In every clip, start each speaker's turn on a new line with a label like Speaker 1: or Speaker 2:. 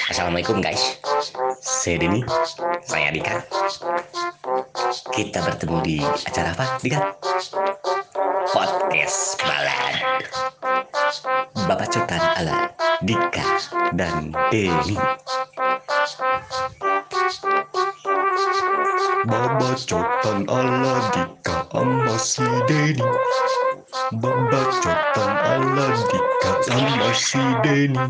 Speaker 1: Assalamualaikum guys, saya Denny, saya Dika. Kita bertemu di acara apa, Dika? Podcast Balad. Babacotan ala Dika dan Denny. Babacotan ala Dika sama si Denny. Babacotan ala Dika sama si Denny.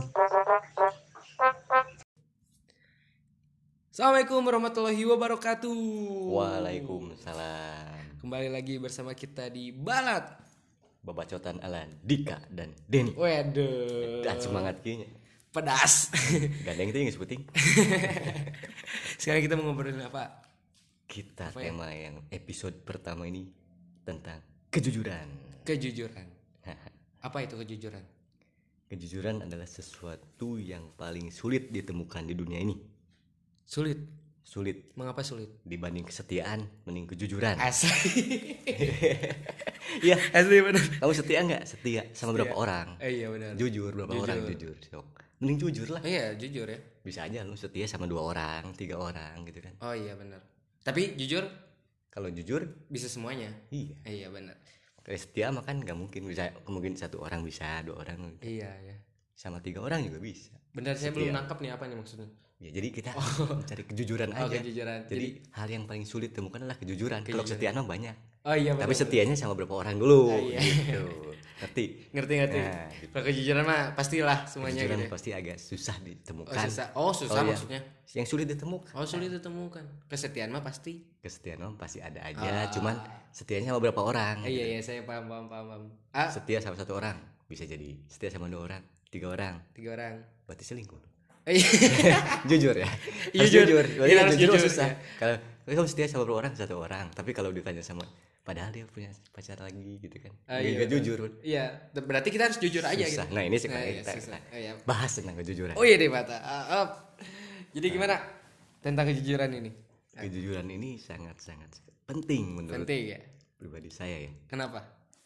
Speaker 2: Assalamualaikum warahmatullahi wabarakatuh.
Speaker 3: Waalaikumsalam.
Speaker 2: Kembali lagi bersama kita di Balad
Speaker 3: Babacotan ala Dika dan Denny.
Speaker 2: Waduh,
Speaker 3: Dan semangat kayaknya.
Speaker 2: pedas.
Speaker 3: Gandeng itu yang sebuting.
Speaker 2: Sekarang kita mau ngobrolin apa?
Speaker 3: Kita
Speaker 2: Apa ya?
Speaker 3: tema yang episode pertama ini tentang kejujuran.
Speaker 2: Kejujuran. Apa itu kejujuran?
Speaker 3: Kejujuran adalah sesuatu yang paling sulit ditemukan di dunia ini.
Speaker 2: Sulit.
Speaker 3: Sulit
Speaker 2: Mengapa sulit?
Speaker 3: dibanding kesetiaan, mending kejujuran.
Speaker 2: Asli.
Speaker 3: Iya.
Speaker 2: Asli benar.
Speaker 3: Kamu setia nggak? Setia sama berapa
Speaker 2: Setia.
Speaker 3: orang?
Speaker 2: Iya benar.
Speaker 3: Jujur berapa
Speaker 2: Jujur.
Speaker 3: orang jujur? Sok. Mending jujur lah.
Speaker 2: Iya jujur ya.
Speaker 3: Bisa aja lu setia sama 2 orang, 3 orang gitu kan.
Speaker 2: Oh iya benar. Tapi jujur
Speaker 3: Kalau jujur,
Speaker 2: bisa semuanya.
Speaker 3: iya.
Speaker 2: Iya benar.
Speaker 3: Kalau setia mah kan nggak mungkin, bisa mungkin 1 orang bisa, 2 orang
Speaker 2: Iya ya.
Speaker 3: sama 3 orang juga bisa.
Speaker 2: Benar saya
Speaker 3: Setia.
Speaker 2: belum nangkap nih apa nih maksudnya.
Speaker 3: Ya jadi kita mencari kejujuran
Speaker 2: Oh
Speaker 3: aja.
Speaker 2: kejujuran.
Speaker 3: Jadi hal yang paling sulit temukan adalah kejujuran. Kalau kesetiaan mah banyak.
Speaker 2: Oh iya benar.
Speaker 3: Tapi setianya sama berapa orang dulu.
Speaker 2: Ah, iya.
Speaker 3: Gitu. Ngerti?
Speaker 2: Ngerti.
Speaker 3: Nah, gitu.
Speaker 2: Kalau kejujuran mah pastilah semuanya
Speaker 3: Kejujuran
Speaker 2: gitu. Ya.
Speaker 3: pasti agak susah
Speaker 2: Oh
Speaker 3: ditemukan.
Speaker 2: susah. Oh susah
Speaker 3: Kalau
Speaker 2: maksudnya.
Speaker 3: Yang sulit ditemukan.
Speaker 2: Oh sulit ditemukan. Kesetiaan mah pasti.
Speaker 3: Kesetiaan mah pasti ada aja. Cuman setianya sama berapa orang.
Speaker 2: Iya iya saya paham. Ah
Speaker 3: Setia sama 1 orang bisa jadi. Setia sama 2 orang, 3 orang.
Speaker 2: 3 orang.
Speaker 3: Berarti selingkuh.
Speaker 2: Iya.
Speaker 3: Jujur ya.
Speaker 2: Iya,
Speaker 3: Harus
Speaker 2: jujur.
Speaker 3: jujur.
Speaker 2: Iya, harus
Speaker 3: Jujur
Speaker 2: jujur,
Speaker 3: susah.
Speaker 2: ya.
Speaker 3: Kalau kamu setia sama berapa orang? 1 orang. Tapi kalau ditanya sama, padahal dia punya pacar lagi gitu kan.
Speaker 2: Ah,
Speaker 3: Dia
Speaker 2: iya,
Speaker 3: nggak
Speaker 2: betul.
Speaker 3: jujur.
Speaker 2: Berarti kita harus jujur aja
Speaker 3: Susah.
Speaker 2: gitu.
Speaker 3: Nah ini sekarang
Speaker 2: iya,
Speaker 3: kita
Speaker 2: susah. Iya.
Speaker 3: bahas tentang kejujuran.
Speaker 2: Oh iya deh Mata. Jadi gimana tentang kejujuran ini?
Speaker 3: Kejujuran ini sangat-sangat penting menurut
Speaker 2: Penting ya.
Speaker 3: pribadi saya ya.
Speaker 2: Kenapa?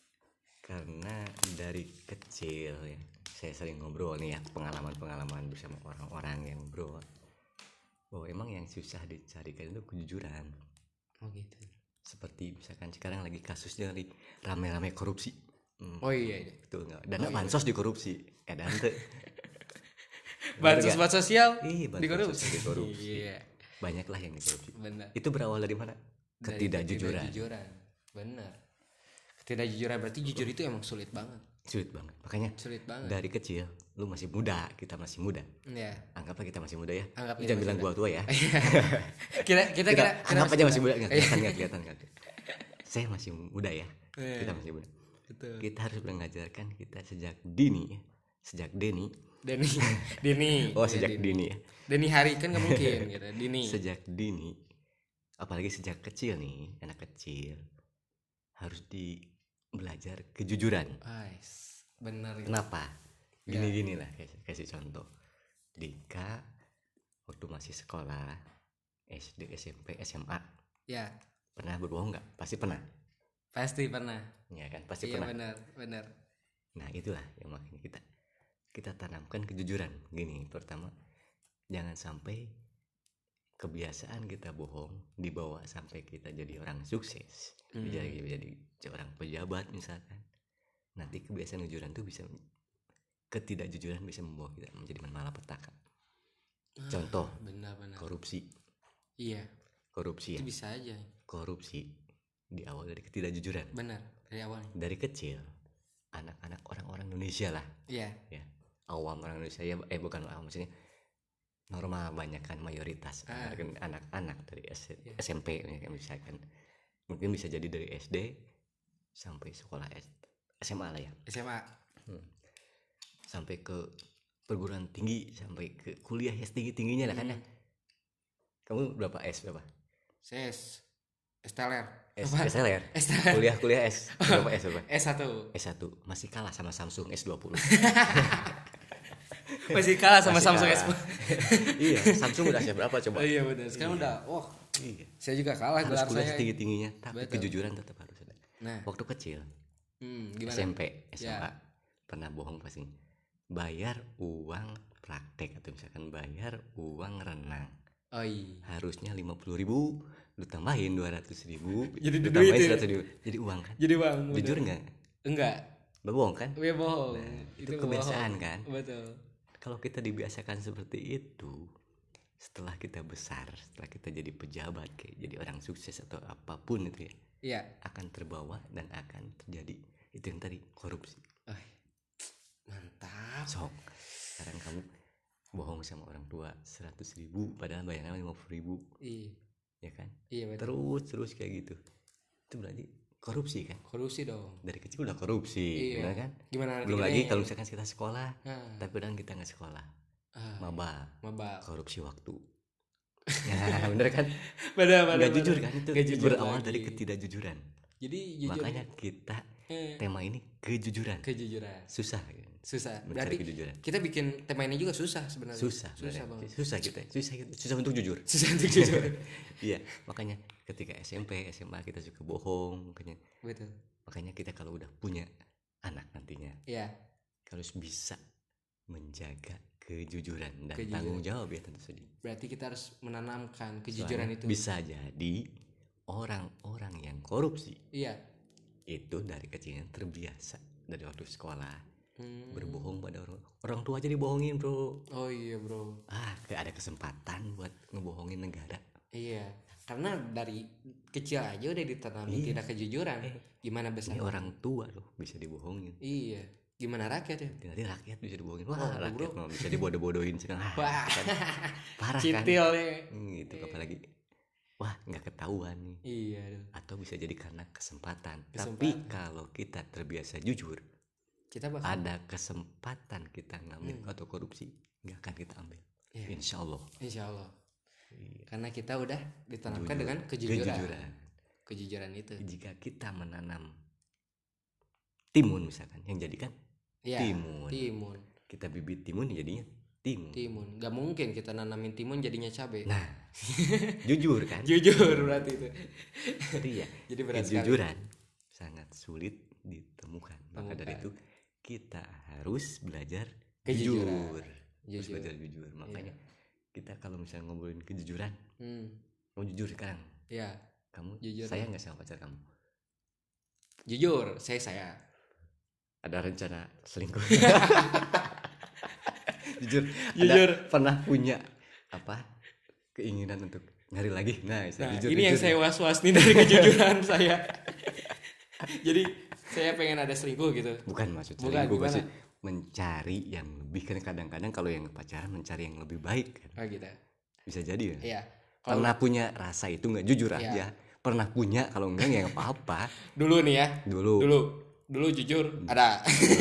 Speaker 3: Karena dari kecil ya, saya sering ngobrol nih ya, pengalaman-pengalaman bersama orang-orang yang ngobrol bahwa emang yang susah dicarikan itu kejujuran.
Speaker 2: Oh gitu.
Speaker 3: Seperti misalkan sekarang lagi kasusnya lagi rame-rame korupsi.
Speaker 2: Oh iya.
Speaker 3: Betul nggak? Dana bansos dikorupsi. Dan tuh.
Speaker 2: Bansos buat sosial
Speaker 3: Iya, bansos
Speaker 2: dikorupsi.
Speaker 3: sosial dikorupsi.
Speaker 2: Iya.
Speaker 3: Banyak lah yang dikorupsi.
Speaker 2: Benar.
Speaker 3: Itu berawal dari mana?
Speaker 2: Dari
Speaker 3: Ketidakjujuran.
Speaker 2: Ketidakjujuran. Benar. Ketidakjujuran berarti jujur itu emang sulit banget.
Speaker 3: Sulit banget. Makanya
Speaker 2: Sulit banget.
Speaker 3: dari kecil, lu masih muda, kita masih muda.
Speaker 2: Iya.
Speaker 3: Anggaplah kita masih muda ya.
Speaker 2: Anggap
Speaker 3: Lu
Speaker 2: kita
Speaker 3: jangan
Speaker 2: masih
Speaker 3: bilang gua tua ya.
Speaker 2: kita
Speaker 3: Anggap aja masih muda. Nggak kelihatan. Saya masih muda ya.
Speaker 2: Iya.
Speaker 3: Kita masih muda.
Speaker 2: Betul.
Speaker 3: Kita harus mengajarkan kita sejak dini ya. Sejak Denny.
Speaker 2: Dini.
Speaker 3: Oh,
Speaker 2: Iya,
Speaker 3: sejak dini ya.
Speaker 2: Dini hari kan nggak mungkin gitu. Dini.
Speaker 3: Sejak dini, apalagi sejak kecil nih, anak kecil harus belajar kejujuran.
Speaker 2: Ais, benar itu.
Speaker 3: Kenapa?
Speaker 2: Ya.
Speaker 3: Gini lah, kasih contoh. Dika waktu masih sekolah SD, SMP, SMA
Speaker 2: Ya,
Speaker 3: pernah berbohong nggak? Pasti pernah.
Speaker 2: pasti pernah.
Speaker 3: Ya kan, pasti
Speaker 2: Iya
Speaker 3: pernah.
Speaker 2: benar.
Speaker 3: Nah itulah yang makanya kita tanamkan kejujuran. Gini, pertama jangan sampai kebiasaan kita bohong dibawa sampai kita jadi orang sukses, jadi seorang pejabat misalkan. Nanti kebiasaan kejujuran itu ketidakjujuran bisa membawa kita menjadi malapetaka. Contoh,
Speaker 2: Benar.
Speaker 3: korupsi.
Speaker 2: Iya,
Speaker 3: Korupsi ya.
Speaker 2: itu bisa aja.
Speaker 3: Korupsi di awal dari ketidakjujuran.
Speaker 2: Benar, dari awalnya.
Speaker 3: Dari kecil, anak-anak orang-orang Indonesia lah,
Speaker 2: Iya.
Speaker 3: ya, awam orang Indonesia ya, bukan awam, maksudnya normal, banyak kan, mayoritas anak-anak dari SMP ya, misalkan mungkin bisa jadi dari SD sampai sekolah SMA lah ya,
Speaker 2: SMA.
Speaker 3: sampai ke perguruan tinggi, sampai ke kuliah tingginya lah kan ya. Kamu berapa S berapa?
Speaker 2: Saya Esteller.
Speaker 3: SLR.
Speaker 2: Esteller.
Speaker 3: Kuliah S berapa S berapa?
Speaker 2: S1.
Speaker 3: S1 masih kalah sama Samsung S20.
Speaker 2: Masih kalah sama
Speaker 3: Masih
Speaker 2: Samsung
Speaker 3: kalah.
Speaker 2: S.
Speaker 3: Iya, Samsung udah siap berapa coba?
Speaker 2: Oh, iya benar. Sekarang udah, wah,
Speaker 3: Iya.
Speaker 2: saya juga kalah
Speaker 3: Harus
Speaker 2: gelar
Speaker 3: kuliah
Speaker 2: saya.
Speaker 3: tinggi-tingginya, tapi
Speaker 2: Betul.
Speaker 3: kejujuran tetap harus ada.
Speaker 2: Nah,
Speaker 3: Waktu kecil,
Speaker 2: gimana?
Speaker 3: SMP, SMA,
Speaker 2: Ya.
Speaker 3: pernah bohong pasti. bayar uang praktek atau misalkan bayar uang renang
Speaker 2: Oh iya.
Speaker 3: harusnya 50.000, lu tambahin 200.000,
Speaker 2: Jadi
Speaker 3: lu
Speaker 2: duit
Speaker 3: tambahin
Speaker 2: ya?
Speaker 3: 100.000, jadi uang kan?
Speaker 2: Jadi bang,
Speaker 3: Jujur nggak?
Speaker 2: Enggak.
Speaker 3: Bohong kan?
Speaker 2: Ya bohong.
Speaker 3: Nah, itu
Speaker 2: Itu
Speaker 3: kebiasaan
Speaker 2: bohong.
Speaker 3: kan?
Speaker 2: Betul.
Speaker 3: Kalau kita dibiasakan seperti itu, setelah kita besar, setelah kita jadi pejabat, kayak jadi orang sukses atau apapun itu ya,
Speaker 2: Iya.
Speaker 3: akan terbawa dan akan terjadi itu yang tadi, korupsi.
Speaker 2: Oh, mantap.
Speaker 3: Sok, sekarang kamu bohong sama orang tua 100.000 padahal bayarnya 50.000,
Speaker 2: Iya.
Speaker 3: ya kan?
Speaker 2: Iya betul.
Speaker 3: Terus kayak gitu, itu berarti korupsi kan?
Speaker 2: Korupsi dong.
Speaker 3: Dari kecil udah korupsi,
Speaker 2: Iya.
Speaker 3: benar kan?
Speaker 2: Gimana
Speaker 3: Belum
Speaker 2: kita
Speaker 3: lagi
Speaker 2: nih?
Speaker 3: kalau misalkan kita sekolah,
Speaker 2: Nah,
Speaker 3: tapi kadang kita nggak sekolah,
Speaker 2: mabal.
Speaker 3: korupsi waktu. Nah, bener kan?
Speaker 2: Benar.
Speaker 3: Nggak jujur kan? Itu
Speaker 2: Nggak jujur
Speaker 3: berawal
Speaker 2: lagi.
Speaker 3: dari ketidakjujuran.
Speaker 2: Jadi jujur.
Speaker 3: Makanya kita tema ini kejujuran.
Speaker 2: Kejujuran.
Speaker 3: Susah kan?
Speaker 2: Susah.
Speaker 3: Mencari
Speaker 2: Berarti
Speaker 3: kejujuran.
Speaker 2: kita bikin tema ini juga susah sebenarnya.
Speaker 3: Susah
Speaker 2: banget.
Speaker 3: susah untuk jujur.
Speaker 2: Susah untuk jujur.
Speaker 3: Iya, makanya ketika SMP, SMA kita suka bohong,
Speaker 2: Betul.
Speaker 3: makanya kita kalau udah punya anak nantinya
Speaker 2: Iya.
Speaker 3: harus bisa menjaga kejujuran dan
Speaker 2: Kejujuran.
Speaker 3: tanggung jawab ya tentu saja.
Speaker 2: Berarti kita harus menanamkan kejujuran
Speaker 3: Soalnya
Speaker 2: itu.
Speaker 3: bisa jadi orang-orang yang korupsi
Speaker 2: Iya.
Speaker 3: itu dari kecilnya terbiasa dari waktu sekolah
Speaker 2: Hmm.
Speaker 3: berbohong pada orang tua aja dibohongin, bro.
Speaker 2: Oh iya bro.
Speaker 3: Kayak ada kesempatan buat ngebohongin negara.
Speaker 2: Iya. Karena dari kecil aja udah ditanami
Speaker 3: Iya.
Speaker 2: tidak kejujuran. Gimana besar?
Speaker 3: Ini orang tua loh bisa dibohongin.
Speaker 2: Iya. Gimana rakyat ya?
Speaker 3: Nanti rakyat bisa dibohongin.
Speaker 2: Oh,
Speaker 3: Wah, rakyat
Speaker 2: bro.
Speaker 3: mau bisa dibodoh-bodohin sedang.
Speaker 2: Wah.
Speaker 3: Kan parah kan?
Speaker 2: Citil ya.
Speaker 3: Gitu apalagi. Wah, nggak ketahuan nih.
Speaker 2: Iya. Aduh.
Speaker 3: Atau bisa jadi karena kesempatan. Tapi
Speaker 2: Kesempatan.
Speaker 3: kalau kita terbiasa jujur,
Speaker 2: Kita bakal.
Speaker 3: ada kesempatan kita ngambil atau korupsi, nggak akan kita ambil.
Speaker 2: Iya.
Speaker 3: Insya Allah.
Speaker 2: Insya Allah.
Speaker 3: Iya.
Speaker 2: Karena kita udah ditanamkan
Speaker 3: Jujur.
Speaker 2: dengan kejujuran.
Speaker 3: Kejujuran.
Speaker 2: Kejujuran itu.
Speaker 3: Jika kita menanam timun misalkan, yang jadi kan
Speaker 2: Iya.
Speaker 3: timun.
Speaker 2: Timun.
Speaker 3: Kita bibit timun jadinya timun.
Speaker 2: Timun. Gak mungkin kita nanamin timun jadinya cabai.
Speaker 3: Nah, jujur kan?
Speaker 2: Jujur berarti itu.
Speaker 3: Jadi ya,
Speaker 2: Jadi berat sekali.
Speaker 3: kejujuran sangat sulit ditemukan. Maka dari
Speaker 2: Temukan.
Speaker 3: itu kita harus belajar
Speaker 2: Kejujuran.
Speaker 3: jujur. Harus
Speaker 2: Jujur.
Speaker 3: belajar jujur. Makanya kita kalau misalnya ngobrolin kejujuran, kamu jujur sekarang.
Speaker 2: Ya.
Speaker 3: Kamu
Speaker 2: Jujur.
Speaker 3: sayang nggak sama pacar kamu?
Speaker 2: Jujur, saya.
Speaker 3: Ada rencana selingkuh? Jujur.
Speaker 2: Jujur.
Speaker 3: Ada pernah punya apa keinginan untuk nyari lagi? Nah,
Speaker 2: Nah,
Speaker 3: jujur,
Speaker 2: ini yang
Speaker 3: jujur
Speaker 2: saya
Speaker 3: ya.
Speaker 2: was-was nih dari kejujuran saya. Jadi saya pengen ada selingkuh gitu.
Speaker 3: Bukan maksud
Speaker 2: Bukan,
Speaker 3: selingkuh,
Speaker 2: gimana?
Speaker 3: maksud mencari yang lebih, kan kadang-kadang kalau yang pacaran mencari yang lebih baik kan.
Speaker 2: Oh gitu.
Speaker 3: Bisa jadi ya.
Speaker 2: Iya. Kalau
Speaker 3: Pernah punya rasa itu nggak, jujur
Speaker 2: Iya.
Speaker 3: aja. Pernah punya, kalau enggak ya nggak apa-apa.
Speaker 2: dulu nih ya.
Speaker 3: Dulu.
Speaker 2: Dulu jujur ada.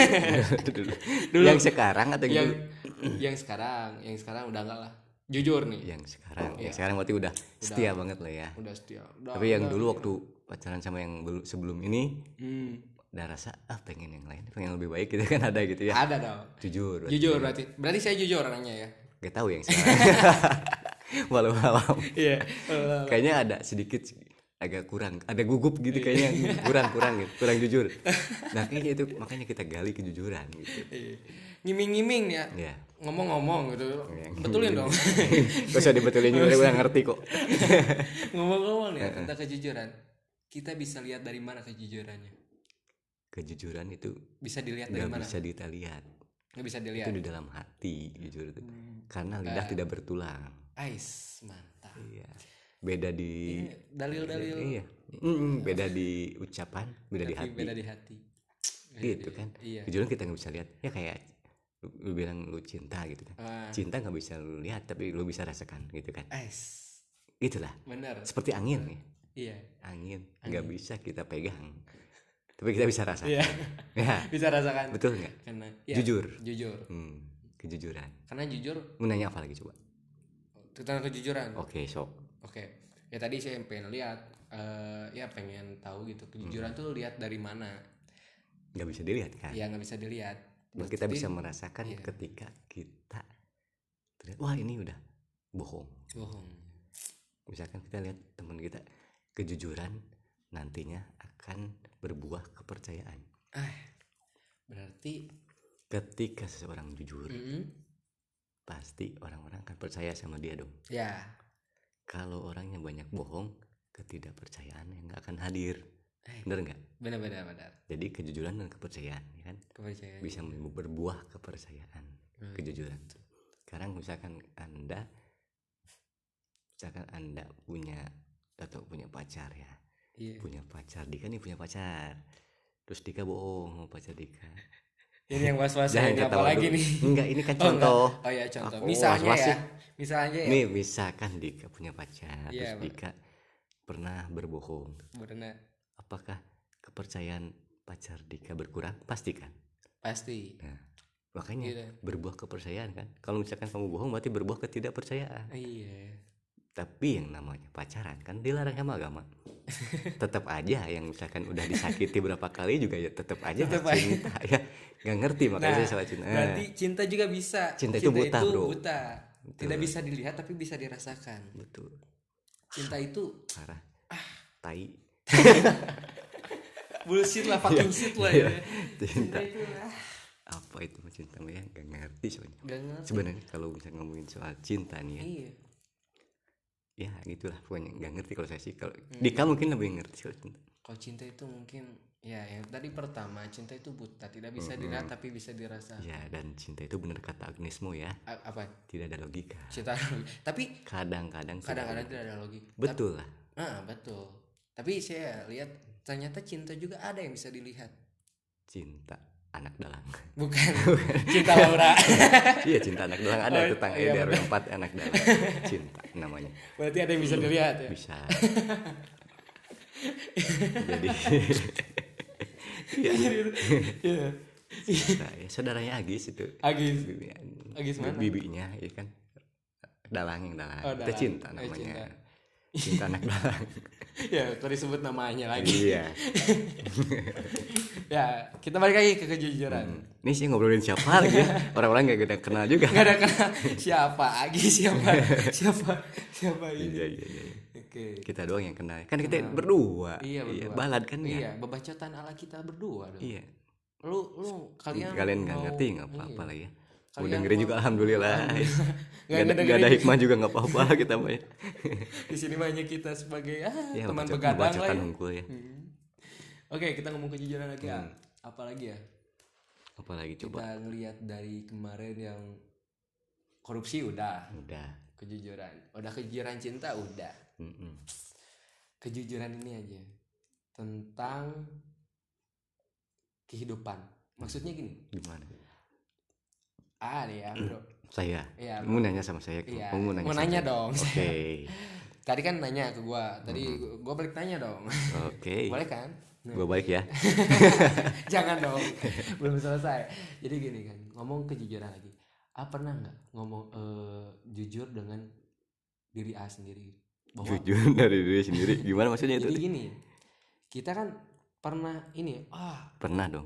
Speaker 2: Dulu.
Speaker 3: Yang sekarang atau
Speaker 2: yang
Speaker 3: dulu?
Speaker 2: yang sekarang udah enggak lah. Jujur nih.
Speaker 3: Yang sekarang.
Speaker 2: Iya.
Speaker 3: Yang sekarang berarti udah setia banget lah ya.
Speaker 2: Udah setia. Udah,
Speaker 3: Tapi yang
Speaker 2: udah.
Speaker 3: dulu waktu pacaran sama yang sebelum ini,
Speaker 2: Hmm,
Speaker 3: udah rasa pengen yang lain, pengen yang lebih baik gitu kan, ada gitu ya.
Speaker 2: ada dong.
Speaker 3: Jujur.
Speaker 2: Jujur berarti saya jujur orangnya ya.
Speaker 3: Gak tahu yang sekarang. Walau alam.
Speaker 2: Iya.
Speaker 3: Kayaknya ada sedikit agak kurang, ada gugup gitu kayaknya, kurang gitu, kurang jujur. Nah kayaknya itu makanya kita gali kejujuran gitu.
Speaker 2: Ngiming-ngiming nih ya.
Speaker 3: Ya.
Speaker 2: Ngomong-ngomong gitu.
Speaker 3: Iya,
Speaker 2: Betulin dong.
Speaker 3: Gak usah dibetulin juga, gue ngerti kok.
Speaker 2: Ngomong-ngomong nih ya, tentang kejujuran. Kita bisa lihat dari mana kejujurannya?
Speaker 3: Kejujuran itu
Speaker 2: Bisa dilihat dari
Speaker 3: nggak
Speaker 2: mana?
Speaker 3: bisa kita lihat.
Speaker 2: Nggak bisa dilihat.
Speaker 3: Itu di dalam hati, jujur itu. Karena lidah tidak bertulang.
Speaker 2: Ais, mantap.
Speaker 3: Iya. Beda di
Speaker 2: Dalil-dalil.
Speaker 3: Iya. Beda di ucapan, beda di
Speaker 2: Tapi
Speaker 3: hati.
Speaker 2: beda di hati.
Speaker 3: Gitu kan.
Speaker 2: Iya.
Speaker 3: Kejujuran kita nggak bisa lihat. Ya kayak lu bilang lu cinta gitu kan. Cinta nggak bisa lu lihat, tapi lu bisa rasakan gitu kan.
Speaker 2: Ais.
Speaker 3: Gitulah.
Speaker 2: Bener.
Speaker 3: Seperti angin nih.
Speaker 2: Iya.
Speaker 3: Angin nggak bisa kita pegang, tapi kita bisa rasakan.
Speaker 2: Iya.
Speaker 3: Ya,
Speaker 2: Bisa rasakan.
Speaker 3: betul nggak?
Speaker 2: Karena ya,
Speaker 3: Jujur.
Speaker 2: Jujur.
Speaker 3: Kejujuran.
Speaker 2: Karena jujur
Speaker 3: Mau nanya apa lagi coba?
Speaker 2: tentang kejujuran.
Speaker 3: Oke, sok.
Speaker 2: Oke. Ya tadi saya pengen lihat ya pengen tahu gitu kejujuran tuh lihat dari mana.
Speaker 3: Nggak bisa dilihat kan?
Speaker 2: Ya nggak bisa dilihat.
Speaker 3: Dan kita
Speaker 2: Berarti
Speaker 3: bisa merasakan
Speaker 2: iya.
Speaker 3: ketika kita terlihat, wah ini udah bohong.
Speaker 2: bohong.
Speaker 3: Misalkan kita lihat teman kita, kejujuran nantinya akan berbuah kepercayaan.
Speaker 2: Berarti
Speaker 3: ketika seseorang jujur,
Speaker 2: Mm-mm.
Speaker 3: pasti orang-orang akan percaya sama dia dong.
Speaker 2: Ya,
Speaker 3: Kalau orangnya banyak bohong, ketidakpercayaan yang nggak akan hadir.
Speaker 2: Eh.
Speaker 3: Bener nggak?
Speaker 2: benar.
Speaker 3: Jadi kejujuran dan kepercayaan, ya kan,
Speaker 2: Kepercayaan.
Speaker 3: bisa berbuah kepercayaan, kejujuran. Sekarang misalkan anda punya atau punya pacar ya,
Speaker 2: Iya.
Speaker 3: punya pacar, Dika nih punya pacar, terus Dika bohong sama pacar Dika.
Speaker 2: Ini yang was-was
Speaker 3: Jangan
Speaker 2: ini apa
Speaker 3: ketawa
Speaker 2: lagi
Speaker 3: dulu.
Speaker 2: nih?
Speaker 3: Enggak, ini kan
Speaker 2: Oh,
Speaker 3: contoh.
Speaker 2: enggak. Oh ya contoh.
Speaker 3: Aku
Speaker 2: Misalnya
Speaker 3: was-was
Speaker 2: ya.
Speaker 3: sih.
Speaker 2: Misalnya ya.
Speaker 3: Nih misalkan Dika punya pacar,
Speaker 2: Iya,
Speaker 3: terus
Speaker 2: Bang.
Speaker 3: Dika pernah berbohong.
Speaker 2: Benar.
Speaker 3: Apakah kepercayaan pacar Dika berkurang? Pasti kan.
Speaker 2: Pasti.
Speaker 3: Nah, makanya
Speaker 2: Gitu.
Speaker 3: berbuah kepercayaan kan. Kalau misalkan kamu bohong berarti berbuah ketidakpercayaan.
Speaker 2: Iya.
Speaker 3: Tapi yang namanya pacaran kan dilarang sama agama. Tetap aja yang misalkan udah disakiti berapa kali juga ya tetap aja
Speaker 2: Tetep
Speaker 3: cinta ya. Nggak ngerti makanya saya salah cinta.
Speaker 2: Berarti cinta juga bisa.
Speaker 3: Cinta itu buta, bro.
Speaker 2: buta. Tidak
Speaker 3: Betul.
Speaker 2: bisa dilihat tapi bisa dirasakan.
Speaker 3: Betul.
Speaker 2: Cinta itu
Speaker 3: Parah. Tai.
Speaker 2: bullshit lah, fucking shit lah ya.
Speaker 3: Cinta.
Speaker 2: Itu
Speaker 3: Apa itu cinta ya? Nggak ngerti soalnya.
Speaker 2: Gak ngerti.
Speaker 3: Sebenarnya kalau misalnya ngomongin soal cinta nih ya.
Speaker 2: Iya.
Speaker 3: Ya gitulah pokoknya nggak ngerti kalau saya sih. Kalau Dika mungkin lebih ngerti soal cinta.
Speaker 2: Kalau cinta itu mungkin ya yang tadi pertama, cinta itu buta, tidak bisa dilihat tapi bisa dirasa.
Speaker 3: Ya dan cinta itu benar kata Agnesmo ya.
Speaker 2: Apa?
Speaker 3: Tidak ada logika.
Speaker 2: Cinta tapi
Speaker 3: Kadang-kadang
Speaker 2: kadang-kadang tidak ada logika.
Speaker 3: betul lah.
Speaker 2: Betul. Tapi saya lihat ternyata cinta juga ada yang bisa dilihat.
Speaker 3: Cinta anak dalang.
Speaker 2: Bukan. Cinta Laura.
Speaker 3: Iya cinta anak dalang ada
Speaker 2: Oh,
Speaker 3: tentang
Speaker 2: iya,
Speaker 3: RW 4 anak dalang. Cinta namanya.
Speaker 2: Berarti ada yang bisa dilihat ya.
Speaker 3: Bisa. Jadi ya,
Speaker 2: Iya.
Speaker 3: cinta, ya saudaranya Agis itu.
Speaker 2: Agis.
Speaker 3: Bibi-
Speaker 2: Agis mana?
Speaker 3: Bibinya ya kan. Dalang yang dalang.
Speaker 2: Oh,
Speaker 3: Itu
Speaker 2: dalang.
Speaker 3: cinta
Speaker 2: Cinta.
Speaker 3: namanya. Cinta anak dalang.
Speaker 2: Ya, kok disebut namanya lagi.
Speaker 3: Iya.
Speaker 2: Ya, kita balik lagi ke kejujuran.
Speaker 3: Ini sih ngobrolin siapa lagi ya? Orang-orang gak kenal juga.
Speaker 2: Nggak ada kenal siapa Agis, siapa ini.
Speaker 3: Iya.
Speaker 2: Oke.
Speaker 3: Kita doang yang kenal. Kan kita berdua.
Speaker 2: Iya, berdua.
Speaker 3: Balad kan ya.
Speaker 2: Iya, bebacotan ala kita berdua dong.
Speaker 3: Iya.
Speaker 2: Lu kalian
Speaker 3: nggak
Speaker 2: mau-
Speaker 3: ngerti nggak apa-apa
Speaker 2: iya.
Speaker 3: lah ya. Mau
Speaker 2: Kalian
Speaker 3: dengerin
Speaker 2: mau-
Speaker 3: juga alhamdulillah.
Speaker 2: Nggak
Speaker 3: Gak
Speaker 2: dengerin
Speaker 3: ada
Speaker 2: juga.
Speaker 3: hikmah juga nggak apa-apa kita mah ya.
Speaker 2: Di sini mah hanya kita sebagai
Speaker 3: Ya,
Speaker 2: teman
Speaker 3: baca-
Speaker 2: begadang lah
Speaker 3: bacakan
Speaker 2: ya.
Speaker 3: unggul ya.
Speaker 2: Oke, kita ngomong kejujuran lagi ya. Apalagi ya?
Speaker 3: Apalagi coba.
Speaker 2: Kita ngelihat dari kemarin yang korupsi udah,
Speaker 3: Udah.
Speaker 2: kejujuran cinta udah.
Speaker 3: Mm-mm.
Speaker 2: Kejujuran ini aja tentang kehidupan. Maksudnya gini,
Speaker 3: Gimana?
Speaker 2: nih ya bro.
Speaker 3: Saya.
Speaker 2: Iya,
Speaker 3: Mau nanya sama saya.
Speaker 2: Iya.
Speaker 3: Mau nanya.
Speaker 2: Mau
Speaker 3: sama
Speaker 2: nanya
Speaker 3: saya?
Speaker 2: dong.
Speaker 3: Oke.
Speaker 2: Tadi kan nanya ke gua, tadi gua balik tanya dong.
Speaker 3: Oke.
Speaker 2: Boleh kan?
Speaker 3: Gue baik ya.
Speaker 2: Jangan dong, belum selesai. Jadi gini kan, ngomong kejujuran lagi. Pernah nggak ngomong jujur dengan diri A sendiri? Bahwa
Speaker 3: Jujur dari diri sendiri. Gimana maksudnya itu?
Speaker 2: jadi gini, kita kan pernah ini,
Speaker 3: Pernah dong.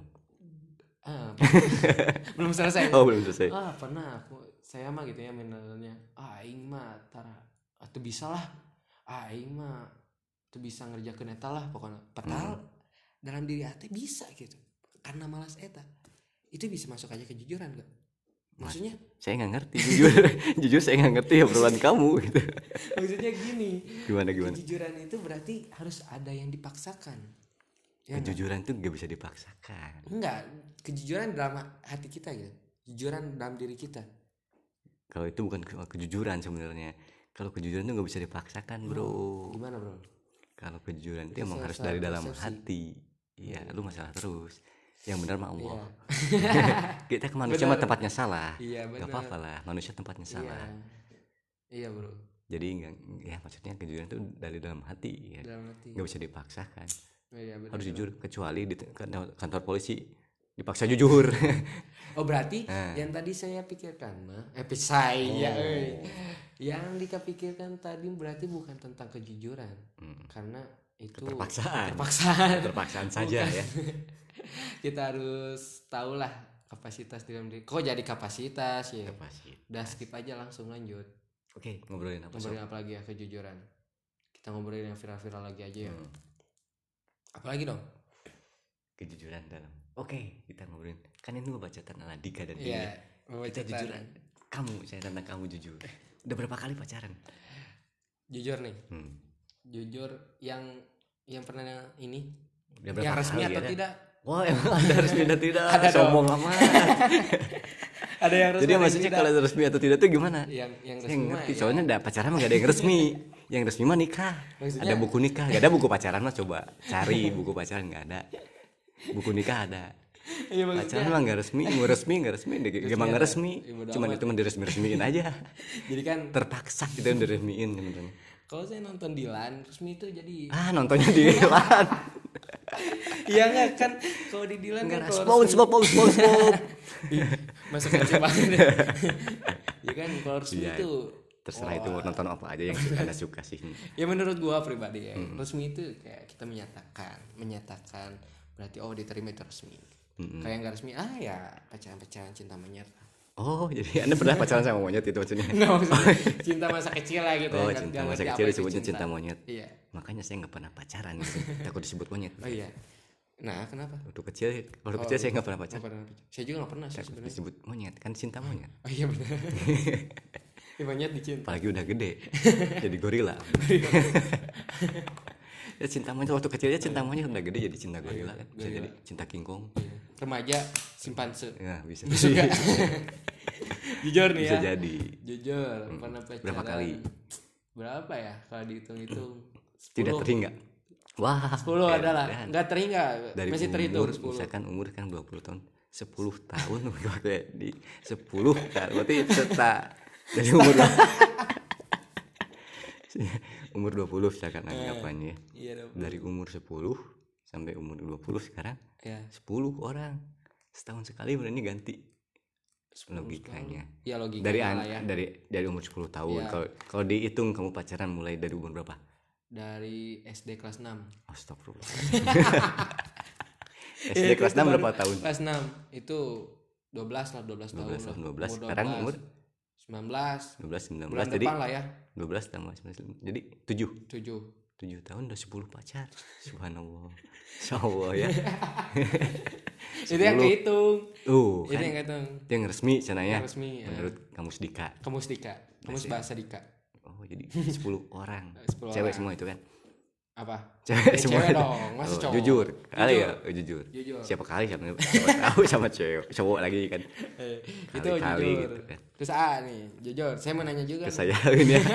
Speaker 2: belum selesai.
Speaker 3: Oh belum selesai.
Speaker 2: Pernah saya mah gitu ya mentalnya. Aing mah tara, tuh bisa lah. Aing mah tuh bisa ngerjakeun eta lah pokoknya. Padahal dalam diri ate bisa gitu. Karena malas eta. Itu bisa masuk aja kejujuran gak? Maksudnya
Speaker 3: Saya nggak ngerti jujur. Jujur saya nggak ngerti obrolan kamu gitu.
Speaker 2: maksudnya gini.
Speaker 3: Gimana?
Speaker 2: Kejujuran itu berarti harus ada yang dipaksakan. Ya
Speaker 3: Kejujuran tuh nggak bisa dipaksakan.
Speaker 2: enggak, kejujuran dalam hati kita gitu. Kejujuran dalam diri kita.
Speaker 3: Kalau itu bukan kejujuran sebenarnya. Kalau kejujuran tuh nggak bisa dipaksakan bro.
Speaker 2: Gimana bro?
Speaker 3: Kalau kejujuran itu
Speaker 2: Itu
Speaker 3: emang harus
Speaker 2: salah
Speaker 3: dari dalam
Speaker 2: persepsi.
Speaker 3: hati. Iya, lu masalah terus. Yang benar mah Allah.
Speaker 2: Iya.
Speaker 3: Kita ke manusia mah tempatnya salah.
Speaker 2: Iya
Speaker 3: Gak
Speaker 2: benar.
Speaker 3: apa-apa lah, manusia tempatnya salah.
Speaker 2: Iya bro.
Speaker 3: Jadi enggak, ya maksudnya kejujuran itu dari dalam hati ya.
Speaker 2: Dalam hati.
Speaker 3: Nggak bisa dipaksakan.
Speaker 2: Iya benar.
Speaker 3: Harus jujur kecuali di kantor polisi dipaksa jujur.
Speaker 2: Oh berarti
Speaker 3: Nah.
Speaker 2: yang tadi saya pikirkan mah saya yang Dika pikirkan tadi berarti bukan tentang kejujuran. Karena itu
Speaker 3: Keterpaksaan. Terpaksaan saja
Speaker 2: Bukan.
Speaker 3: ya.
Speaker 2: Kita harus tahulah kapasitas dalam diri. Kok jadi kapasitas ya?
Speaker 3: Kapasitas.
Speaker 2: Udah skip aja langsung lanjut.
Speaker 3: Oke, ngobrolin apa?
Speaker 2: Ngobrolin apa lagi ya kejujuran? Kita ngobrolin yang viral-viral lagi aja ya.
Speaker 3: Hmm.
Speaker 2: Apalagi dong?
Speaker 3: Kejujuran dalam Oke, kita ngobrolin. Kan ini ngebacatan ala Dika dan Dini.
Speaker 2: Iya,
Speaker 3: Kita jujur,
Speaker 2: pembacaan.
Speaker 3: kamu, saya tentang kamu jujur. Udah berapa kali pacaran?
Speaker 2: Jujur nih.
Speaker 3: Hmm.
Speaker 2: Jujur yang pernah ini
Speaker 3: Udah berapa
Speaker 2: yang resmi
Speaker 3: kali
Speaker 2: atau
Speaker 3: ada?
Speaker 2: tidak?
Speaker 3: Wah, emang ada resmi atau tidak?
Speaker 2: Ada dong.
Speaker 3: Sombong amat.
Speaker 2: Ada yang resmi.
Speaker 3: Jadi
Speaker 2: ada yang
Speaker 3: maksudnya
Speaker 2: tidak.
Speaker 3: kalau resmi atau tidak tuh gimana?
Speaker 2: yang
Speaker 3: Saya
Speaker 2: resmi mah
Speaker 3: ngerti,
Speaker 2: ya.
Speaker 3: soalnya ada pacaran mah gak ada yang resmi. Yang resmi mah nikah.
Speaker 2: Maksudnya-
Speaker 3: Ada buku nikah, gak ada buku pacaran mah coba cari buku pacaran gak ada. Buku nikah ada.
Speaker 2: Iya, maksudnya
Speaker 3: Pacaran mah gak resmi, mau resmi gak resmi, emang gak
Speaker 2: ada.
Speaker 3: resmi.
Speaker 2: Ya, bodo
Speaker 3: Cuman
Speaker 2: amat.
Speaker 3: itu mah diresmi-resmiin aja.
Speaker 2: jadi kan
Speaker 3: Terpaksa gitu yang diresmiin teman-teman.
Speaker 2: kalau saya nonton Dilan resmi itu jadi
Speaker 3: Ah, nontonnya di Dilan.
Speaker 2: iya enggak kan kalau di Dilan kan
Speaker 3: Enggak,
Speaker 2: kalau resmi-
Speaker 3: SpongeBob.
Speaker 2: Ih, masa kecil banget ya. Ya kan kalau resmi
Speaker 3: Iya.
Speaker 2: itu
Speaker 3: Terserah itu mau nonton apa aja yang Anda suka sih.
Speaker 2: ya menurut gua pribadi ya resmi itu kayak kita menyatakan berarti oh diterima itu resmi. Kayak yang nggak resmi ya pacaran cinta monyet.
Speaker 3: Oh, jadi Anda pernah pacaran sama monyet itu maksudnya?
Speaker 2: Nggak maksudnya cinta masa kecil lah gitu.
Speaker 3: Oh,
Speaker 2: ya,
Speaker 3: cinta
Speaker 2: nggak
Speaker 3: masa
Speaker 2: ngerti
Speaker 3: kecil
Speaker 2: apa itu
Speaker 3: disebutnya cinta monyet.
Speaker 2: Iya.
Speaker 3: Makanya saya nggak pernah pacaran gitu. Takut disebut monyet.
Speaker 2: Oh iya. Nah kenapa?
Speaker 3: Waktu kecil saya nggak pernah
Speaker 2: Nggak
Speaker 3: pacaran.
Speaker 2: pernah. Saya juga nggak pernah sih
Speaker 3: Takut
Speaker 2: sebenarnya.
Speaker 3: disebut monyet, kan cinta monyet.
Speaker 2: Oh iya benar. Ya, monyet dicinta.
Speaker 3: Apalagi udah gede, jadi gorila. Ya cinta monyet waktu kecilnya cinta monyet, udah gede jadi cinta gorila kan. Bisa jadi cinta King Kong.
Speaker 2: Remaja simpanse.
Speaker 3: Ya bisa.
Speaker 2: Jujur nih
Speaker 3: Bisa
Speaker 2: ya.
Speaker 3: jadi.
Speaker 2: Jujur pernah pacaran.
Speaker 3: Berapa kali?
Speaker 2: Berapa ya kalau dihitung-hitung? 10.
Speaker 3: Tidak terhingga. Wah.
Speaker 2: 10 adalah. Enggak terhingga.
Speaker 3: Dari
Speaker 2: Masih
Speaker 3: umur,
Speaker 2: terhitung 10.
Speaker 3: misalkan umur kan 20 tahun, 10 tahun waktu di 10 tahun berarti serta dari umur umur 20 misalkan anggapannya.
Speaker 2: Iya dong.
Speaker 3: Dari umur 10 sampai umur 20 sekarang
Speaker 2: Ya.
Speaker 3: 10 orang setahun sekali berani ganti
Speaker 2: 10
Speaker 3: logikanya.
Speaker 2: tahun. Ya logikanya
Speaker 3: Dari
Speaker 2: lah ya.
Speaker 3: dari umur 10 tahun.
Speaker 2: Iya.
Speaker 3: Kalau dihitung kamu pacaran mulai dari umur berapa?
Speaker 2: Dari SD kelas 6.
Speaker 3: Astagfirullah. SD kelas 6 berapa tahun?
Speaker 2: Kelas 6 itu 12 lah, 12 tahun.
Speaker 3: 12 tahun, 12.
Speaker 2: Umur
Speaker 3: Sekarang umur
Speaker 2: 19.
Speaker 3: 12 19
Speaker 2: Bulan
Speaker 3: jadi
Speaker 2: depan lah ya.
Speaker 3: 12 tambah 19 jadi 7
Speaker 2: 7.
Speaker 3: tahun udah 10 pacar. Subhanallah. Insyaallah ya.
Speaker 2: Itu yang kehitung.
Speaker 3: Itu
Speaker 2: Itu yang kehitung.
Speaker 3: Itu yang resmi sananya.
Speaker 2: Yang resmi, ya.
Speaker 3: Menurut Kamus Dika.
Speaker 2: Kamus Dika. Kamus bahasa Dika.
Speaker 3: Oh, jadi 10 orang.
Speaker 2: 10
Speaker 3: Cewek
Speaker 2: orang.
Speaker 3: semua itu kan.
Speaker 2: Apa?
Speaker 3: Cewek
Speaker 2: Ya,
Speaker 3: semua.
Speaker 2: cewek
Speaker 3: itu.
Speaker 2: dong, masa
Speaker 3: Oh,
Speaker 2: cowok?
Speaker 3: jujur. Kali
Speaker 2: Jujur.
Speaker 3: ya, jujur.
Speaker 2: Jujur.
Speaker 3: Siapa kali siapa tahu sama cowok lagi kan.
Speaker 2: Itu
Speaker 3: Kali-kali
Speaker 2: jujur.
Speaker 3: gitu kan.
Speaker 2: Terus nih, jujur. Saya mau nanya juga.
Speaker 3: Ke saya ini ya.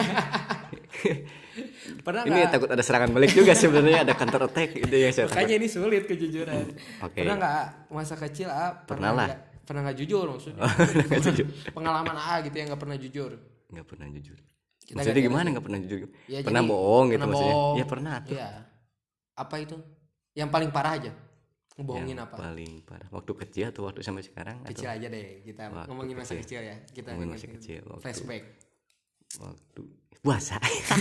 Speaker 2: Pernah
Speaker 3: Ini
Speaker 2: nggak?
Speaker 3: takut ada serangan balik juga sebenarnya, ada counter attack gitu ya saya.
Speaker 2: Makanya ini sulit kejujuran.
Speaker 3: Oke.
Speaker 2: Pernah nggak masa kecil
Speaker 3: Pernah lah.
Speaker 2: Pernah nggak jujur maksudnya?
Speaker 3: Nggak jujur.
Speaker 2: Pengalaman gitu yang nggak pernah jujur.
Speaker 3: Nggak pernah jujur.
Speaker 2: Kita
Speaker 3: Maksudnya
Speaker 2: ganti
Speaker 3: gimana
Speaker 2: lagi.
Speaker 3: nggak pernah jujur?
Speaker 2: Ya,
Speaker 3: Pernah
Speaker 2: jadi,
Speaker 3: bohong gitu
Speaker 2: pernah
Speaker 3: maksudnya?
Speaker 2: bohong.
Speaker 3: Ya pernah tuh.
Speaker 2: Iya. Apa itu? Yang paling parah aja. Ngebohongin
Speaker 3: Yang
Speaker 2: apa?
Speaker 3: paling parah waktu kecil atau waktu sampai sekarang
Speaker 2: Kecil
Speaker 3: atau
Speaker 2: aja deh. Kita
Speaker 3: Waktu
Speaker 2: ngomongin masa
Speaker 3: kecil.
Speaker 2: kecil ya. Kita
Speaker 3: Ngomongin masa kecil, waktu-
Speaker 2: Flashback.
Speaker 3: waktu puasa.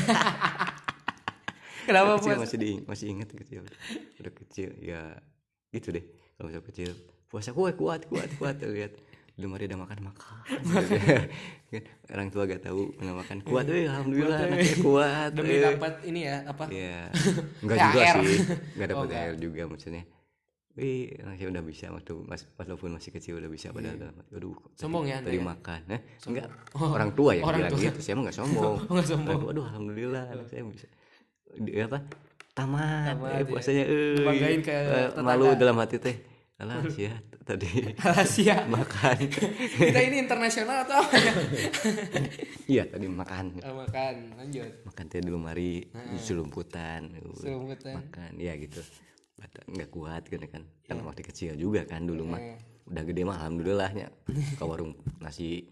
Speaker 2: Kenapa
Speaker 3: kecil
Speaker 2: puasa?
Speaker 3: masih ingat kecil. Udah kecil ya gitu deh. Kalau udah kecil puasa kuat lihat belum ada makan orang tua gak tahu pernah makan kuat alhamdulillah
Speaker 2: Kuat,
Speaker 3: anaknya kuat
Speaker 2: Demi dapat ini ya apa?
Speaker 3: ya enggak juga
Speaker 2: THR.
Speaker 3: sih enggak dapat
Speaker 2: Oh, enggak.
Speaker 3: THR juga maksudnya saya udah bisa waktu walaupun masih kecil udah bisa padahal dalam hati, aduh
Speaker 2: Sombong ya Anda
Speaker 3: tadi
Speaker 2: ya?
Speaker 3: makan enggak
Speaker 2: Oh,
Speaker 3: orang tua yang
Speaker 2: orang
Speaker 3: bilang
Speaker 2: tua.
Speaker 3: gitu saya mah nggak sombong
Speaker 2: Oh, nggak sombong.
Speaker 3: Orang tua, aduh alhamdulillah anak saya bisa apa tamat,
Speaker 2: Tamat, ya.
Speaker 3: puasanya
Speaker 2: Ngebanggain ke tetangga.
Speaker 3: malu dalam hati teh alah ya tadi
Speaker 2: Rahasia.
Speaker 3: makan
Speaker 2: Kita ini internasional atau apa ya?
Speaker 3: iya tadi makan
Speaker 2: Makan, lanjut.
Speaker 3: makan teh di lemari selumputan
Speaker 2: Selumputan.
Speaker 3: makan ya gitu nggak kuat kan kan waktu kecil juga kan dulu mah udah gede mah alhamdulillahnya ke warung nasi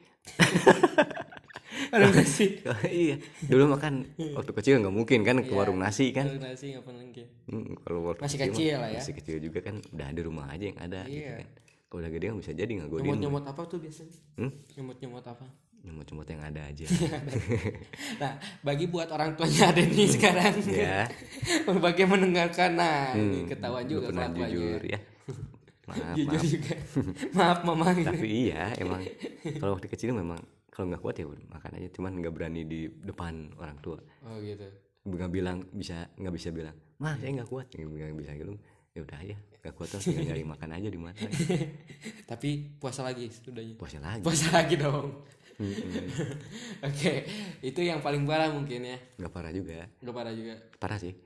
Speaker 2: Ada nggak sih?
Speaker 3: iya dulu mah kan waktu kecil nggak mungkin kan ke warung nasi kan
Speaker 2: Ada nasi nggak pernah mungkin.
Speaker 3: kalau waktu
Speaker 2: Masih
Speaker 3: mah
Speaker 2: kecil lah ya.
Speaker 3: masih kecil juga kan udah ada rumah aja yang ada gitu
Speaker 2: Iya.
Speaker 3: kan kalau udah gede kan bisa jadi nggak godin
Speaker 2: Nyomot-nyomot apa tuh biasanya? Nyomot-nyomot apa?
Speaker 3: nyomot-nyomot yang ada aja
Speaker 2: Nah, bagi buat orang tuanya ada nih sekarang.
Speaker 3: ya
Speaker 2: Bagi yang mendengarkan, nah ini ketahuan
Speaker 3: nggak
Speaker 2: juga
Speaker 3: pernah
Speaker 2: kelakuannya.
Speaker 3: jujur ya maaf
Speaker 2: Jujur
Speaker 3: maaf
Speaker 2: juga. Maaf mama.
Speaker 3: tapi iya emang kalau waktu kecil memang kalau nggak kuat ya udah makan aja cuman nggak berani di depan orang tua
Speaker 2: Oh gitu.
Speaker 3: nggak bisa bilang mah saya nggak kuat nggak bisa gitu ya udah ya gak kuat tuh tinggal nyari makan aja di mana.
Speaker 2: Tapi puasa lagi sudahnya.
Speaker 3: Puasa lagi.
Speaker 2: Puasa lagi dong. Oke, itu yang paling parah mungkin ya.
Speaker 3: Gak parah juga.
Speaker 2: Gak parah juga.
Speaker 3: Parah sih.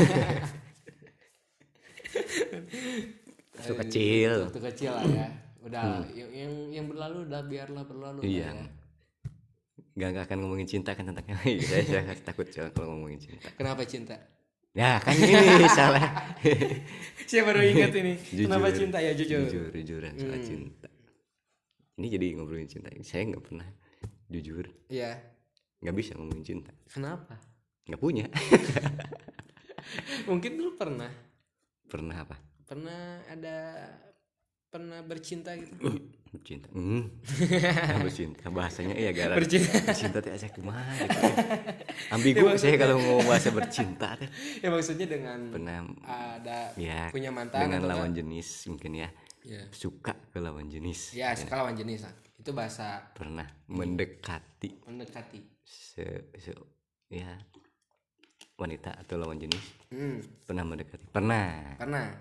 Speaker 3: Waktu kecil.
Speaker 2: Waktu kecil lah ya. Udah yang berlalu udah biarlah berlalu.
Speaker 3: Iya. Gak akan ngomongin cinta kan tentang saya takut kalau ngomongin cinta.
Speaker 2: Kenapa cinta?
Speaker 3: Ya kan ini salah.
Speaker 2: Saya baru ingat ini.
Speaker 3: Jujur,
Speaker 2: kenapa cinta ya jujur.
Speaker 3: Jujuran soal cinta. Ini jadi ngobrolin cinta. Saya nggak pernah jujur.
Speaker 2: Iya.
Speaker 3: Nggak bisa ngomongin cinta.
Speaker 2: Kenapa?
Speaker 3: Nggak punya.
Speaker 2: Mungkin dulu pernah.
Speaker 3: Pernah apa?
Speaker 2: Pernah bercinta gitu.
Speaker 3: Bercinta. Bercinta bahasanya iya gara. Bercinta teh asa kumaha gitu. Ambigu saya kalau mau bahasa bercinta teh.
Speaker 2: Ya maksudnya dengan
Speaker 3: pernah
Speaker 2: ada
Speaker 3: ya,
Speaker 2: punya mantan
Speaker 3: dengan lawan jenis mungkin ya.
Speaker 2: Ya.
Speaker 3: Suka ke lawan jenis.
Speaker 2: Ya, suka lawan jenis lah. Itu bahasa
Speaker 3: pernah mendekati ya wanita atau lawan jenis. Pernah mendekati. Pernah.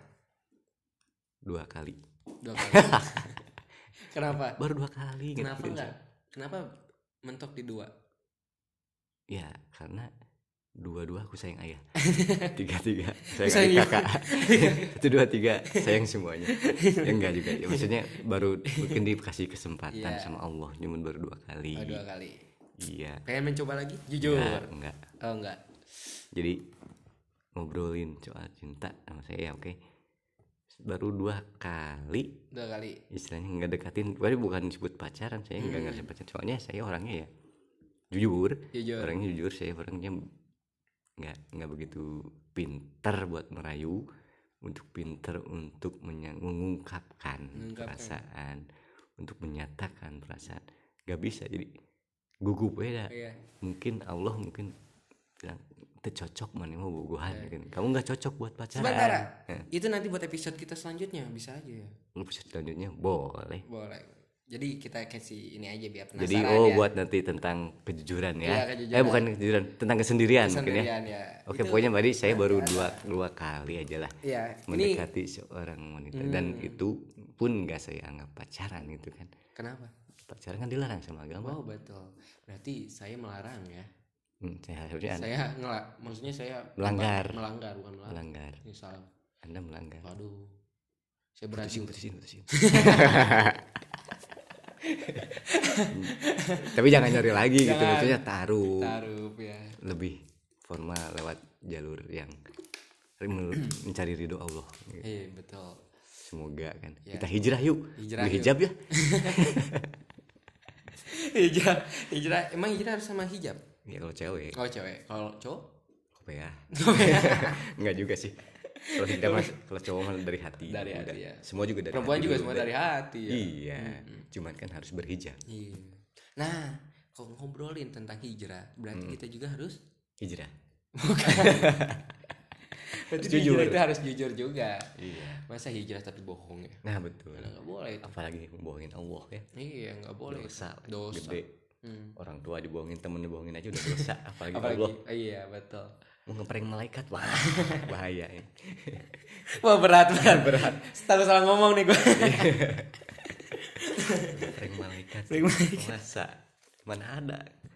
Speaker 3: 2 kali.
Speaker 2: Kenapa?
Speaker 3: Baru 2 kali.
Speaker 2: Kenapa enggak? Kenapa mentok di 2?
Speaker 3: Ya karena 2 aku sayang ayah. 3 sayang kakak. 1 2 3 sayang semuanya. Ya enggak juga. Ya, maksudnya baru mungkin dikasih kesempatan sama Allah. Cuma baru 2 kali.
Speaker 2: 2 kali.
Speaker 3: Iya.
Speaker 2: Pengen mencoba lagi? Jujur.
Speaker 3: Enggak.
Speaker 2: Oh enggak.
Speaker 3: Jadi ngobrolin soal cinta sama saya ya oke. Baru 2 kali. Istilahnya nggak dekatin. Bukan disebut pacaran. Saya nggak ngerasa pacaran. Soalnya saya orangnya ya jujur. Orangnya jujur. Saya orangnya nggak begitu pintar buat merayu. Untuk pintar untuk mengungkapkan perasaan. Untuk menyatakan perasaan. Nggak bisa. Jadi gugup beda. Iya. Mungkin Allah bilang cocok mana mau bogohan gitu. Kamu nggak cocok buat pacaran.
Speaker 2: Sebentar. Itu nanti buat episode kita selanjutnya bisa aja ya.
Speaker 3: Episode selanjutnya boleh.
Speaker 2: Jadi kita kasih ini aja biar penasaran.
Speaker 3: Jadi buat nanti tentang kejujuran ya.
Speaker 2: Iya, kejujuran.
Speaker 3: Bukan kejujuran, tentang kesendirian mungkin ya. Oke,
Speaker 2: Itu,
Speaker 3: pokoknya tadi saya baru dua kali aja lah.
Speaker 2: Iya,
Speaker 3: mendekati seorang wanita dan itu pun nggak saya anggap pacaran gitu kan.
Speaker 2: Kenapa?
Speaker 3: Pacaran kan dilarang sama agama.
Speaker 2: Oh betul. Berarti saya melarang ya.
Speaker 3: Saya
Speaker 2: maksudnya saya
Speaker 3: melanggar.
Speaker 2: Bukan melanggar. Misal
Speaker 3: Anda melanggar.
Speaker 2: Waduh. Saya berani
Speaker 3: putusin. Tapi jangan nyari lagi gitu, maksudnya taruh
Speaker 2: ya.
Speaker 3: Lebih formal lewat jalur yang mencari ridho Allah gitu.
Speaker 2: Iya betul.
Speaker 3: Semoga kan kita hijrah yuk. Hijab ya.
Speaker 2: Hijrah emang hijrah harus sama hijab?
Speaker 3: Ya kalau cewek.
Speaker 2: Kalau cowok?
Speaker 3: Apa ya? Enggak juga sih. Kalau hijrah kalau cowok mah dari hati.
Speaker 2: Dari hati ya.
Speaker 3: Semua juga dari
Speaker 2: perempuan
Speaker 3: hati.
Speaker 2: Perempuan juga semua dari hati ya.
Speaker 3: Iya. Cuman kan harus berhijab.
Speaker 2: Iya. Nah, kalau ngobrolin tentang hijrah, berarti kita juga harus
Speaker 3: hijrah.
Speaker 2: Bukan. Berarti jujur itu harus jujur juga. Iya. Masa hijrah tapi bohong ya?
Speaker 3: Nah betul.
Speaker 2: Nggak boleh itu.
Speaker 3: Apalagi bohongin Allah ya.
Speaker 2: Iya nggak boleh.
Speaker 3: Dosa.
Speaker 2: Gede.
Speaker 3: Orang tua dibohongin, temen dibohongin aja udah dosa. Apalagi Allah.
Speaker 2: Iya betul.
Speaker 3: Mau ngeprank malaikat wah bahaya ya.
Speaker 2: Wah berat. Takut salah ngomong nih gue.
Speaker 3: Ngeprank malaikat. Masa mana ada?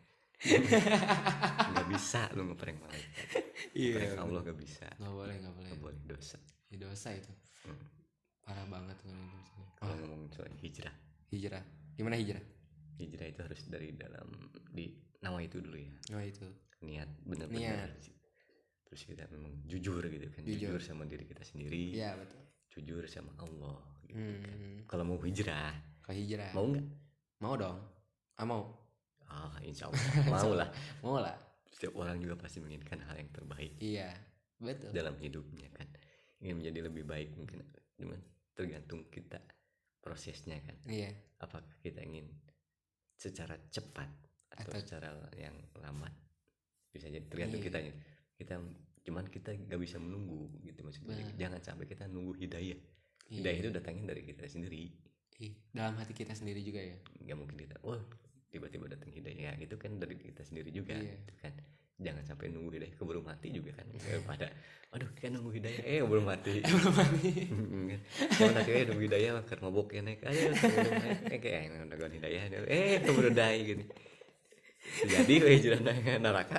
Speaker 3: Nggak bisa lu ngeprank malaikat. Iya. Allah nggak bisa.
Speaker 2: Nggak boleh.
Speaker 3: Dosa.
Speaker 2: Ya, dosa itu. Parah banget
Speaker 3: kalau ngomongin soal hijrah.
Speaker 2: Gimana hijrah?
Speaker 3: Hijrah itu harus dari dalam di nawa itu dulu ya.
Speaker 2: Nawa itu.
Speaker 3: Niat benar-benar. Terus kita memang jujur gitu kan. Jujur sama diri kita sendiri.
Speaker 2: Iya betul.
Speaker 3: Jujur sama Allah. Gitu kan. Kalau mau hijrah. Mau nggak?
Speaker 2: Mau dong. Mau.
Speaker 3: Insya Allah. Mau lah. Setiap orang juga pasti menginginkan hal yang terbaik.
Speaker 2: Iya betul.
Speaker 3: Dalam hidupnya kan. Ingin menjadi lebih baik mungkin. Cuman tergantung kita prosesnya kan.
Speaker 2: Iya.
Speaker 3: Apakah kita ingin secara cepat atau secara yang lambat, bisa jadi tergantung kitanya. Kita nggak bisa menunggu gitu maksudnya. Jangan sampai kita nunggu hidayah. Hidayah itu datangnya dari kita sendiri.
Speaker 2: Dalam hati kita sendiri juga ya.
Speaker 3: Nggak mungkin kita tiba-tiba datang hidayah, itu kan dari kita sendiri juga gitu kan. jangan sampai nunggu hidayah keburu mati juga kan. Pada aduh kan nunggu hidayah belum mati.
Speaker 2: belum mati.
Speaker 3: Kalau nanti nunggu hidayah keur mabok ya naik aja keburu naik kayak nunggu hidayah keburu dai gitu. Jadi we jalan neraka.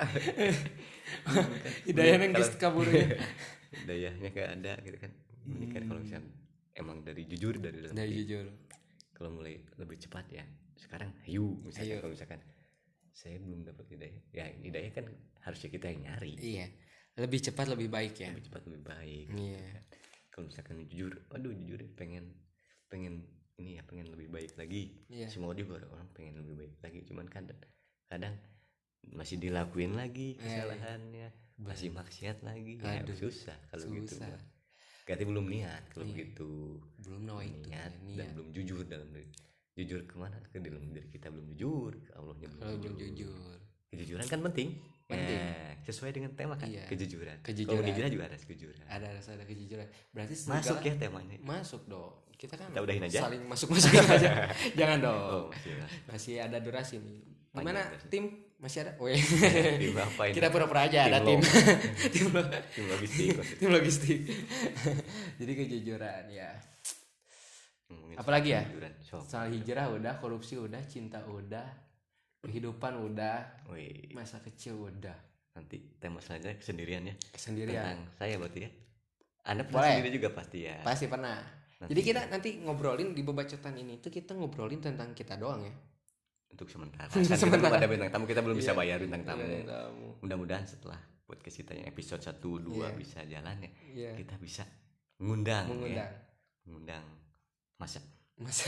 Speaker 2: Hidayahnya geus kabur ya.
Speaker 3: Hidayahnya kayak ada gitu kan. Ini kan kalau misalnya emang dari jujur dari dalam
Speaker 2: Dari
Speaker 3: hati.
Speaker 2: jujur.
Speaker 3: Kalau mulai lebih cepat ya sekarang misalkan
Speaker 2: Ayo.
Speaker 3: kalau misalkan saya belum dapat hidayah ya hidayah kan harusnya kita yang nyari
Speaker 2: Iya. Lebih cepat lebih baik ya.
Speaker 3: lebih cepat lebih baik.
Speaker 2: Iya.
Speaker 3: Kalau misalkan jujur jujur pengen ini ya pengen lebih baik lagi.
Speaker 2: Iya.
Speaker 3: Semua juga orang pengen lebih baik lagi cuman kadang masih dilakuin lagi kesalahannya masih maksiat lagi ya
Speaker 2: Aduh,
Speaker 3: susah kalau gitu
Speaker 2: susah.
Speaker 3: mah. Berarti belum niat kalau
Speaker 2: Iya.
Speaker 3: begitu
Speaker 2: Belum nawaitu
Speaker 3: niat dan
Speaker 2: niat.
Speaker 3: belum jujur dalam diri. Jujur kemana ke dalam diri kita belum jujur ke Allahnya
Speaker 2: Kalau belum jujur.
Speaker 3: kejujuran kan penting.
Speaker 2: Penting.
Speaker 3: Nah, sesuai dengan tema kan
Speaker 2: Iya.
Speaker 3: kejujuran.
Speaker 2: Kejujuran.
Speaker 3: Kalau hijrah juga ada kejujuran.
Speaker 2: Ada kejujuran. Berarti
Speaker 3: Masuk ya temanya.
Speaker 2: Masuk dong. Kita kan
Speaker 3: Kita udahin aja?
Speaker 2: saling masukin aja. Jangan dong.
Speaker 3: Oh masih lah.
Speaker 2: Masih ada durasi nih.
Speaker 3: Panjang
Speaker 2: Gimana
Speaker 3: durasi.
Speaker 2: tim? Masih ada? Weh.
Speaker 3: Tim apa ini?
Speaker 2: Kita pura-pura aja ada tim. tim
Speaker 3: Tim logistik.
Speaker 2: tim logistik. Jadi kejujuran ya.
Speaker 3: Ngomongin
Speaker 2: Apalagi
Speaker 3: soal
Speaker 2: ya?
Speaker 3: kejujuran. Sok.
Speaker 2: Soal hijrah udah, korupsi udah, cinta udah, kehidupan udah,
Speaker 3: Wih,
Speaker 2: masa kecil udah.
Speaker 3: nanti tema selanjutnya kesendirian ya.
Speaker 2: Kesendirian.
Speaker 3: Tentang saya berarti ya. Anda pernah
Speaker 2: Boleh.
Speaker 3: sendiri juga pasti ya.
Speaker 2: Pasti pernah.
Speaker 3: Nanti
Speaker 2: Jadi kita nanti ngobrolin di bebacotan ini tuh kita ngobrolin tentang kita doang ya.
Speaker 3: untuk sementara.
Speaker 2: Untuk
Speaker 3: Kan
Speaker 2: sementara.
Speaker 3: kita belum ada bintang tamu kita belum bisa
Speaker 2: Iya.
Speaker 3: bayar bintang tamu.
Speaker 2: Bintang tamu.
Speaker 3: Mudah-mudahan setelah podcast kita yang episode 1 2
Speaker 2: Iya.
Speaker 3: bisa jalan ya.
Speaker 2: Iya.
Speaker 3: Kita bisa mengundang
Speaker 2: Mengundang.
Speaker 3: ya. Mengundang masa.
Speaker 2: Mas.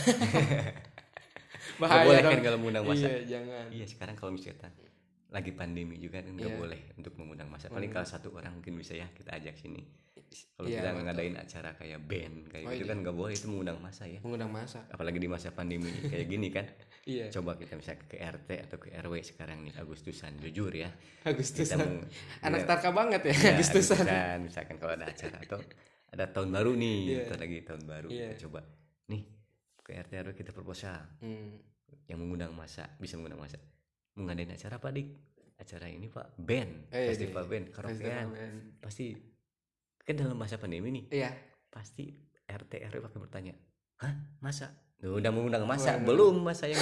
Speaker 3: Nggak
Speaker 2: Bahaya
Speaker 3: boleh
Speaker 2: dong.
Speaker 3: kan kalau mengundang masa.
Speaker 2: Iya, jangan.
Speaker 3: Iya sekarang kalau misalkan lagi pandemi juga kan nggak
Speaker 2: Iya.
Speaker 3: boleh untuk mengundang masa. Paling kalau satu orang mungkin bisa ya kita ajak sini. Kalau
Speaker 2: Iya,
Speaker 3: kita
Speaker 2: betul.
Speaker 3: ngadain acara kayak band kayak
Speaker 2: Oh,
Speaker 3: gitu
Speaker 2: iya.
Speaker 3: kan nggak boleh itu mengundang masa ya.
Speaker 2: Mengundang masa.
Speaker 3: Apalagi di masa pandemi kayak gini kan.
Speaker 2: Iya.
Speaker 3: Coba kita misalnya ke RT atau ke RW sekarang nih Agustusan jujur ya.
Speaker 2: Agustusan.
Speaker 3: Kita
Speaker 2: Anak
Speaker 3: ya,
Speaker 2: tarka banget ya,
Speaker 3: ya,
Speaker 2: Agustusan.
Speaker 3: misalkan kalau ada acara atau ada tahun baru nih,
Speaker 2: Iya.
Speaker 3: ntar lagi tahun baru
Speaker 2: Iya.
Speaker 3: kita coba nih ke RT RW kita proposal
Speaker 2: Hmm.
Speaker 3: yang mengundang masa bisa mengundang masa mau ngadain acara apa dik acara ini pak band
Speaker 2: Iya,
Speaker 3: festival
Speaker 2: iya.
Speaker 3: band
Speaker 2: Festival
Speaker 3: karaokean
Speaker 2: band.
Speaker 3: pasti kan dalam masa pandemi nih
Speaker 2: Iya.
Speaker 3: pasti RT RW pakai bertanya hah masa Duh, udah mengundang masa
Speaker 2: Waduh.
Speaker 3: belum masa yang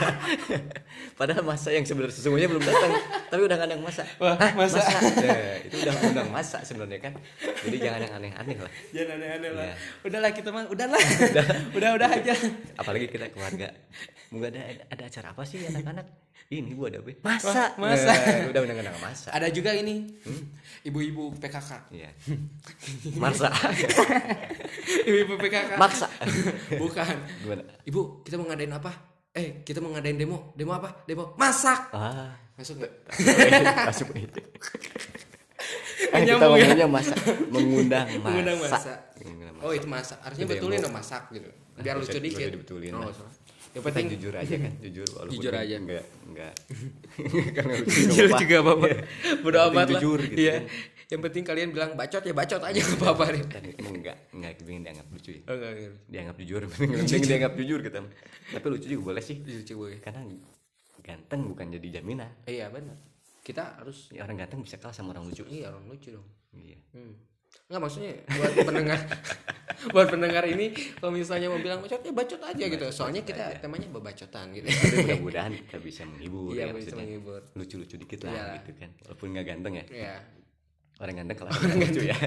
Speaker 3: padahal masa yang sebenarnya sesungguhnya belum datang tapi udah ngundang masa
Speaker 2: Wah, masa.
Speaker 3: Nah, itu udah mengundang masa sebenarnya kan jadi jangan yang aneh-aneh lah
Speaker 2: Jangan aneh-aneh lah.
Speaker 3: Iya.
Speaker 2: Udahlah kita mah, udahlah. udah aja.
Speaker 3: apalagi kita keluarga mau ada acara apa sih anak-anak ini bu ada apa masa
Speaker 2: Wah, masa.
Speaker 3: Nah, udah ngundang masa
Speaker 2: Ada juga ini. Ibu-ibu PKK.
Speaker 3: iya masa
Speaker 2: Ibu-ibu PKK.
Speaker 3: maksa
Speaker 2: Bukan.
Speaker 3: gimana
Speaker 2: Ibu, kita mau ngadain apa? Kita mau ngadain demo. Demo apa? Demo masak. Masuk enggak?
Speaker 3: masuk itu kita
Speaker 2: Nyambung ya?
Speaker 3: ngomongnya masa mengundang masa
Speaker 2: Mengundang masa.
Speaker 3: Mengundang masa.
Speaker 2: Oh, itu masak. Harusnya
Speaker 3: Itu
Speaker 2: betulin
Speaker 3: demo.
Speaker 2: dong masak gitu. Biar
Speaker 3: Bisa-
Speaker 2: lucu dikit.
Speaker 3: bisa dibetulin
Speaker 2: Oh,
Speaker 3: lah.
Speaker 2: salah. Yang
Speaker 3: Kita
Speaker 2: penting
Speaker 3: jujur aja kan jujur walaupun
Speaker 2: Jujur aja.
Speaker 3: enggak karena
Speaker 2: jujur juga apa-apa. Bodo
Speaker 3: Yang penting
Speaker 2: amat lah.
Speaker 3: jujur gitu
Speaker 2: Iya.
Speaker 3: kan.
Speaker 2: Yang penting kalian bilang bacot ya bacot aja enggak apa-apa nih.
Speaker 3: kan itu enggak kepingin dianggap lucu ya
Speaker 2: Oh, enggak.
Speaker 3: dianggap jujur mending dianggap jujur kita tapi lucu juga boleh sih
Speaker 2: Lucu gue.
Speaker 3: karena ganteng bukan jadi jaminan
Speaker 2: Iya, benar. Kita harus
Speaker 3: ya, orang ganteng bisa kalah sama orang lucu
Speaker 2: iya orang lucu dong.
Speaker 3: iya
Speaker 2: Enggak maksudnya buat pendengar buat pendengar ini kalau misalnya mau bilang bacot ya bacot aja gitu. Soalnya kita temanya bebacotan gitu.
Speaker 3: tapi mudah-mudahan kita bisa menghibur
Speaker 2: Iya,
Speaker 3: ya
Speaker 2: bisa
Speaker 3: maksudnya
Speaker 2: menghibur.
Speaker 3: lucu-lucu dikit lah
Speaker 2: Iya.
Speaker 3: gitu kan walaupun nggak ganteng ya
Speaker 2: Iya.
Speaker 3: orang ganteng kalau orang lucu ya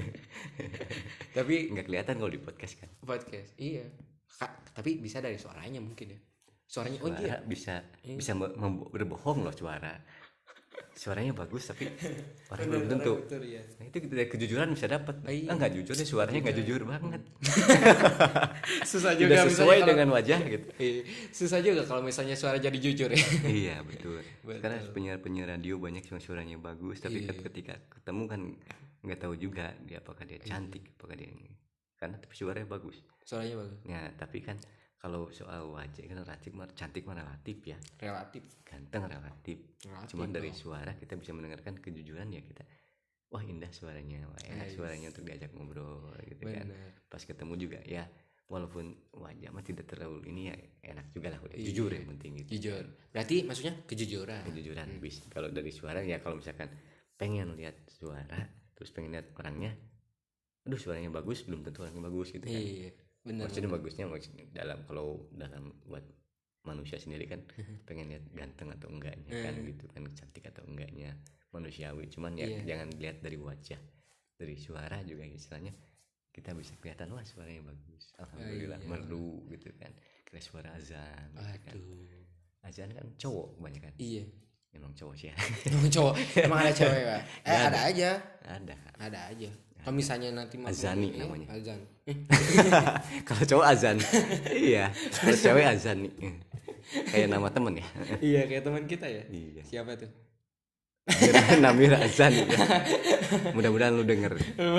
Speaker 2: Tapi
Speaker 3: nggak kelihatan kalau di podcast kan
Speaker 2: podcast iya. Tapi bisa dari suaranya mungkin ya. Suaranya oh iya.
Speaker 3: suara bisa berbohong loh suaranya bagus tapi orang belum tentu
Speaker 2: Betul, iya.
Speaker 3: nah itu dari kejujuran bisa dapat
Speaker 2: Iya.
Speaker 3: nggak jujur deh suaranya nggak jujur banget
Speaker 2: Susah
Speaker 3: tidak
Speaker 2: juga
Speaker 3: sesuai
Speaker 2: misalnya kalau-
Speaker 3: dengan wajah gitu
Speaker 2: Iya. Susah juga kalau misalnya suara jadi jujur ya.
Speaker 3: iya betul
Speaker 2: Betul.
Speaker 3: karena penyiar radio banyak yang suaranya bagus tapi
Speaker 2: Iya.
Speaker 3: ketika ketemu kan nggak tahu juga dia apakah dia cantik apakah dia ini karena tapi suaranya bagus
Speaker 2: Suaranya bagus.
Speaker 3: ya tapi kan kalau soal wajah kan cantik mah relatif ya
Speaker 2: Relatif.
Speaker 3: ganteng relatif
Speaker 2: Relatif
Speaker 3: cuman dari
Speaker 2: dong.
Speaker 3: suara kita bisa mendengarkan kejujuran ya kita wah indah suaranya wah enak
Speaker 2: Nice.
Speaker 3: suaranya untuk diajak ngobrol gitu kan
Speaker 2: Benar.
Speaker 3: pas ketemu juga ya walaupun wajah mah tidak terlalu ini ya, enak juga lah udah
Speaker 2: Iya.
Speaker 3: jujur yang penting gitu.
Speaker 2: Jujur. Berarti maksudnya kejujuran.
Speaker 3: Kejujuran bisa. Kalau dari suara ya, kalau misalkan pengen lihat suara terus pengen lihat orangnya, aduh suaranya bagus, belum tentu orangnya bagus gitu kan.
Speaker 2: Iya, benar.
Speaker 3: Maksudnya bagusnya dalam, kalau dalam buat manusia sendiri kan pengen lihat ganteng atau enggaknya kan gitu kan, cantik atau enggaknya, manusiawi. Cuman ya
Speaker 2: Iya.
Speaker 3: jangan dilihat dari wajah, dari suara juga istilahnya kita bisa kelihatan wah suaranya bagus, alhamdulillah,
Speaker 2: iya.
Speaker 3: merdu gitu kan, kayak suara azan gitu kan.
Speaker 2: Aduh.
Speaker 3: Azan kan cowok banyak kan,
Speaker 2: Iya.
Speaker 3: emang cowok sih ya.
Speaker 2: Emang cowok, emang ada cewek Pak? Ada aja.
Speaker 3: ada
Speaker 2: Aja. Kalau misalnya nanti mau
Speaker 3: Azani namanya.
Speaker 2: Azan.
Speaker 3: Kalau cowok azan iya, kalau cewek azan nih kayak nama temen ya.
Speaker 2: Iya, kayak teman kita ya.
Speaker 3: Iya.
Speaker 2: Siapa tuh?
Speaker 3: Namir azan ya. Mudah-mudahan lu denger.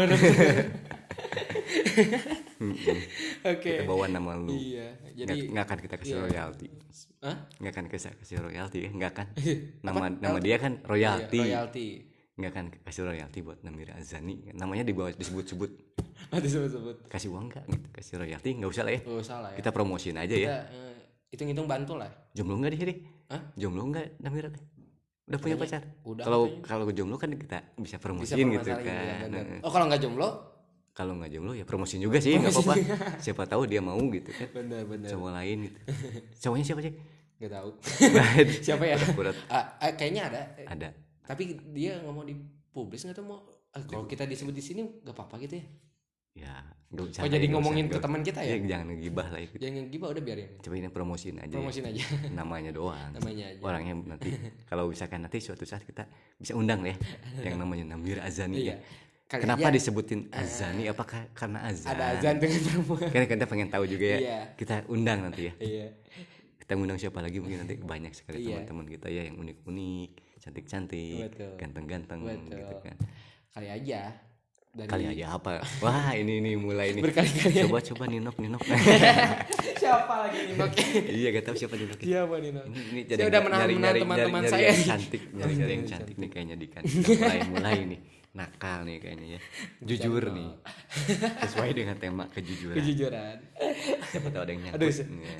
Speaker 2: Oke.
Speaker 3: Kita bawa nama lu.
Speaker 2: Iya. Jadi
Speaker 3: Nggak akan kita kasih
Speaker 2: iya.
Speaker 3: royalti.
Speaker 2: Hah?
Speaker 3: Nggak akan kita kasih royalti ya, nggak akan.
Speaker 2: Apa?
Speaker 3: Nama dia kan royalti.
Speaker 2: Iya, royalti.
Speaker 3: Nggak akan kasih royalti buat Namira Azani. Namanya disebut-sebut.
Speaker 2: Disebut-sebut.
Speaker 3: Kasih uang nggak gitu? Kasih royalti nggak usah lah ya.
Speaker 2: Oh, salah ya.
Speaker 3: Kita promosiin aja ya.
Speaker 2: Kita hitung-hitung bantu lah.
Speaker 3: Jomblo nggak di sini?
Speaker 2: Hah?
Speaker 3: Jomblo nggak Namira teh? Udah punya pacar?
Speaker 2: Udah.
Speaker 3: Kalau jomblo kan kita bisa
Speaker 2: Bisa
Speaker 3: promosiin gitu
Speaker 2: permasalahin,
Speaker 3: kan.
Speaker 2: ya, bener.
Speaker 3: Heeh.
Speaker 2: Oh, kalau nggak jomblo?
Speaker 3: Kalau nggak jomblo ya promosiin juga sih, nggak apa-apa. Siapa tahu dia mau gitu kan.
Speaker 2: Bener.
Speaker 3: Cowok lain gitu. Cowoknya siapa sih?
Speaker 2: Gak tahu.
Speaker 3: Nggak ada.
Speaker 2: Siapa ya?
Speaker 3: Kurat.
Speaker 2: Kayaknya ada.
Speaker 3: Ada.
Speaker 2: Tapi dia nggak mau dipublis, nggak tahu mau. Kalau kita disebut di sini nggak apa-apa gitu ya.
Speaker 3: Ya, nggak usah.
Speaker 2: Oh, jadi
Speaker 3: nggak
Speaker 2: ngomongin
Speaker 3: usah,
Speaker 2: ke teman kita ya?
Speaker 3: Jangan ngegibah lah itu.
Speaker 2: Jangan gibah, udah biarin.
Speaker 3: Coba ini promosiin aja.
Speaker 2: Promosiin aja.
Speaker 3: Namanya doang.
Speaker 2: Namanya aja.
Speaker 3: Orangnya nanti kalau misalkan nanti suatu saat kita bisa undang lah ya yang namanya Namir Azani
Speaker 2: Iya.
Speaker 3: ya.
Speaker 2: Kali
Speaker 3: Kenapa
Speaker 2: aja
Speaker 3: disebutin Azani? Apakah karena azan?
Speaker 2: ada azan dengan perempuan.
Speaker 3: Kan kita pengen tahu juga ya.
Speaker 2: Iya.
Speaker 3: Kita undang nanti ya.
Speaker 2: Iya.
Speaker 3: Kita undang siapa lagi, mungkin nanti banyak sekali
Speaker 2: Iya.
Speaker 3: teman-teman kita ya yang unik-unik, cantik-cantik,
Speaker 2: Betul.
Speaker 3: ganteng-ganteng
Speaker 2: Betul.
Speaker 3: gitu kan.
Speaker 2: Kali aja. Dari
Speaker 3: Kali aja apa? Wah, ini mulai nih.
Speaker 2: Berkali-kali.
Speaker 3: Coba ninok.
Speaker 2: Siapa lagi nih? Oke.
Speaker 3: Iya, gak tahu siapa ninok.
Speaker 2: Siapa nih? No?
Speaker 3: Ini
Speaker 2: Saya udah menahan teman-teman
Speaker 3: nyari
Speaker 2: saya.
Speaker 3: yang cantik, nyari yang cantik nih kayaknya Dikan. Mulai nih. Nakal nih kayaknya ya. Jujur nih. Sesuai dengan tema kejujuran.
Speaker 2: Kejujuran.
Speaker 3: Siapa tahu ada yang
Speaker 2: Aduh,
Speaker 3: nyangkut. Ya.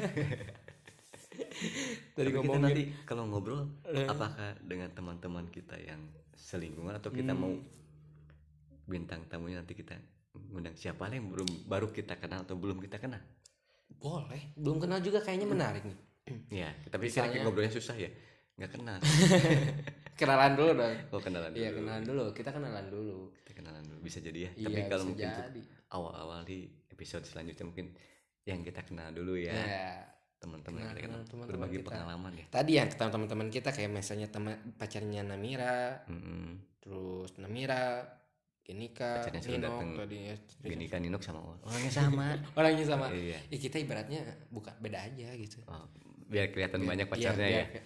Speaker 2: Tadi
Speaker 3: Tapi kita
Speaker 2: ngomongin
Speaker 3: nanti kalau ngobrol apakah dengan teman-teman kita yang selingkuhan atau kita mau bintang tamunya nanti kita ngundang siapa lah yang baru kita kenal atau belum kita kenal.
Speaker 2: boleh. Belum kenal juga kayaknya menarik nih.
Speaker 3: Ya, tapi kita
Speaker 2: Misalnya-
Speaker 3: ngobrolnya susah ya. Nggak kenal.
Speaker 2: Kenalan dulu dong.
Speaker 3: Oh, kenalan dulu.
Speaker 2: Iya, kenalan dulu. Kita kenalan dulu.
Speaker 3: Kita kenalan dulu bisa jadi ya.
Speaker 2: Iya,
Speaker 3: Tapi kalau
Speaker 2: bisa
Speaker 3: mungkin untuk
Speaker 2: jadi.
Speaker 3: awal-awal di episode selanjutnya mungkin yang kita kenal dulu ya.
Speaker 2: Iya.
Speaker 3: Teman-teman yang kita
Speaker 2: Kenal
Speaker 3: kenal,
Speaker 2: teman-teman
Speaker 3: berbagi
Speaker 2: kita.
Speaker 3: pengalaman ya.
Speaker 2: Tadi yang ketemu teman-teman kita kayak misalnya pacarnya Namira,
Speaker 3: Mm-mm.
Speaker 2: terus Namira, Genika,
Speaker 3: Pacarnya suruh
Speaker 2: Nino
Speaker 3: datang.
Speaker 2: tadi ya.
Speaker 3: Gini kan Ninok sama orangnya sama.
Speaker 2: Orangnya sama.
Speaker 3: Iya.
Speaker 2: Ya, kita ibaratnya bukan beda aja gitu.
Speaker 3: Oh, biar kelihatan banyak
Speaker 2: Iya,
Speaker 3: pacarnya ya.
Speaker 2: biar-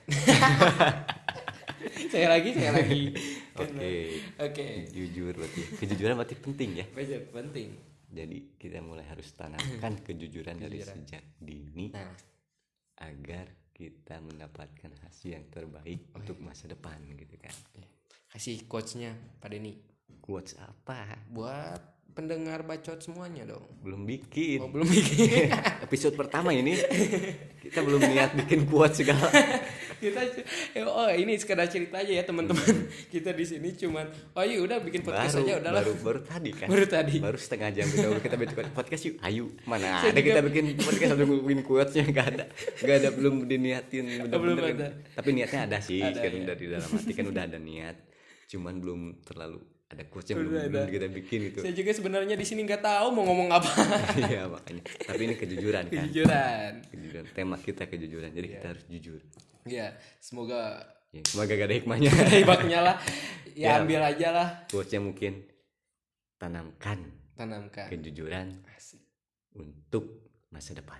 Speaker 2: saya lagi.
Speaker 3: Oke.
Speaker 2: Oke.
Speaker 3: Jujur berarti. Kejujuran berarti penting ya.
Speaker 2: Penting.
Speaker 3: Jadi kita mulai harus tanamkan kejujuran dari
Speaker 2: Kejujuran.
Speaker 3: sejak dini
Speaker 2: Nah,
Speaker 3: agar kita mendapatkan hasil yang terbaik untuk masa depan gitu kan.
Speaker 2: kasih quotes-nya Pak Denny
Speaker 3: Quotes apa?
Speaker 2: buat pendengar bacot semuanya dong.
Speaker 3: Belum bikin.
Speaker 2: Oh, belum bikin.
Speaker 3: Episode pertama ini kita belum niat bikin quotes segala.
Speaker 2: Kita ini sekedar cerita aja ya teman-teman. Kita di sini cuman iya udah bikin podcast aja udahlah.
Speaker 3: Baru tadi kan.
Speaker 2: Baru tadi.
Speaker 3: Baru setengah jam kita bikin podcast yuk. Ayo. Mana
Speaker 2: Saya
Speaker 3: ada
Speaker 2: juga-
Speaker 3: kita bikin podcast sambil bikin quotesnya nggak ada belum diniatin
Speaker 2: Belum
Speaker 3: bener-bener.
Speaker 2: ada.
Speaker 3: Tapi niatnya ada sih
Speaker 2: Ada,
Speaker 3: kan
Speaker 2: ya.
Speaker 3: dari dalam hati kan udah ada niat. Cuman belum terlalu ada quotes yang
Speaker 2: Udah
Speaker 3: belum
Speaker 2: ada.
Speaker 3: kita bikin itu.
Speaker 2: Saya juga sebenarnya di sini nggak tahu mau ngomong apa.
Speaker 3: Iya makanya. Tapi ini kejujuran kan.
Speaker 2: Kejujuran.
Speaker 3: Kejujuran. Tema kita kejujuran. Jadi kita harus jujur.
Speaker 2: Ya, semoga
Speaker 3: Ya, semoga gak ada hikmahnya.
Speaker 2: hebatnya lah.
Speaker 3: Ya.
Speaker 2: Ya, ambil aja lah.
Speaker 3: Quotesnya mungkin tanamkan
Speaker 2: Tanamkan.
Speaker 3: kejujuran
Speaker 2: Asik.
Speaker 3: untuk masa depan.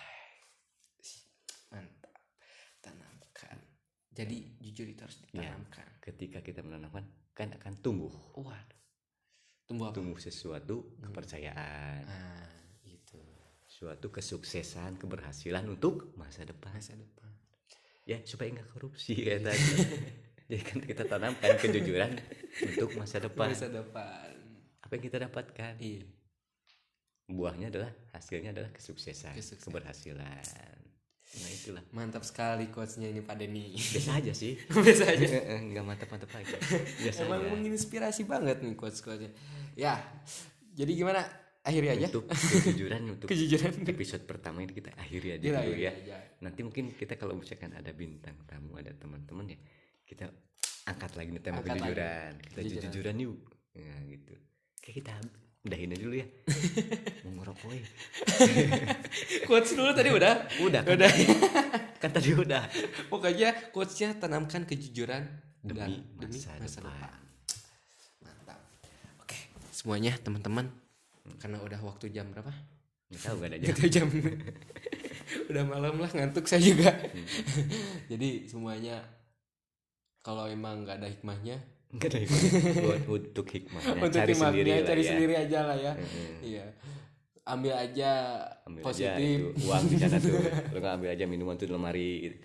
Speaker 2: Mantap. Tanamkan. Jadi jujur itu harus ditanamkan.
Speaker 3: Ketika kita menanamkan kan akan tumbuh.
Speaker 2: Waduh. Tumbuh apa?
Speaker 3: Tumbuh sesuatu kepercayaan,
Speaker 2: Itu.
Speaker 3: suatu kesuksesan, keberhasilan untuk masa depan.
Speaker 2: Masa depan.
Speaker 3: Ya supaya nggak korupsi kayak tadi. Jadi kan kita tanamkan kejujuran untuk masa depan.
Speaker 2: Masa depan.
Speaker 3: Apa yang kita dapatkan?
Speaker 2: Iya.
Speaker 3: buahnya adalah hasilnya adalah kesuksesan,
Speaker 2: Kesuksesan.
Speaker 3: keberhasilan. Nah itulah.
Speaker 2: Mantap sekali quotes-nya ini Pak Denny.
Speaker 3: Biasa aja sih.
Speaker 2: Biasa aja.
Speaker 3: Nggak mantap-mantap lagi. Biasa
Speaker 2: Emang
Speaker 3: aja.
Speaker 2: menginspirasi banget nih quotes-quotesnya. Ya, jadi gimana? Akhiri aja.
Speaker 3: Untuk kejujuran untuk
Speaker 2: Kejujuran.
Speaker 3: episode pertama ini kita akhiri aja
Speaker 2: Gila,
Speaker 3: dulu
Speaker 2: gila,
Speaker 3: ya.
Speaker 2: gila.
Speaker 3: Nanti mungkin kita kalau misalkan ada bintang tamu, ada teman-teman ya, kita angkat lagi nih tema
Speaker 2: Angkat
Speaker 3: kejujuran.
Speaker 2: lagi.
Speaker 3: Kita
Speaker 2: Kejujuran.
Speaker 3: jujuran yuk. Nah gitu. Kayak kita udahin aja dulu ya. Mau ngerokok ya.
Speaker 2: Quotes dulu tadi udah.
Speaker 3: Udah kan?
Speaker 2: Udah.
Speaker 3: Kan tadi udah.
Speaker 2: Pokoknya quotes-nya tanamkan kejujuran
Speaker 3: Demi
Speaker 2: demi
Speaker 3: masa
Speaker 2: masa
Speaker 3: depan.
Speaker 2: depan. Mantap. Oke, semuanya teman-teman. Karena udah waktu jam berapa?
Speaker 3: Nggak tahu gak ada jam.
Speaker 2: Gitu jam. Udah malam lah, ngantuk saya juga. Jadi semuanya kalau emang nggak ada hikmahnya,
Speaker 3: Nggak ada hikmahnya. Buat untuk hikmahnya
Speaker 2: untuk
Speaker 3: cari sendiri
Speaker 2: hikmahnya
Speaker 3: lah
Speaker 2: cari
Speaker 3: ya.
Speaker 2: sendiri aja lah ya.
Speaker 3: Mm-mm.
Speaker 2: Iya. Ambil aja
Speaker 3: Ambil aja
Speaker 2: positif.
Speaker 3: itu uang di sana tuh. Kalau nggak ambil aja minuman tuh di lemari gitu.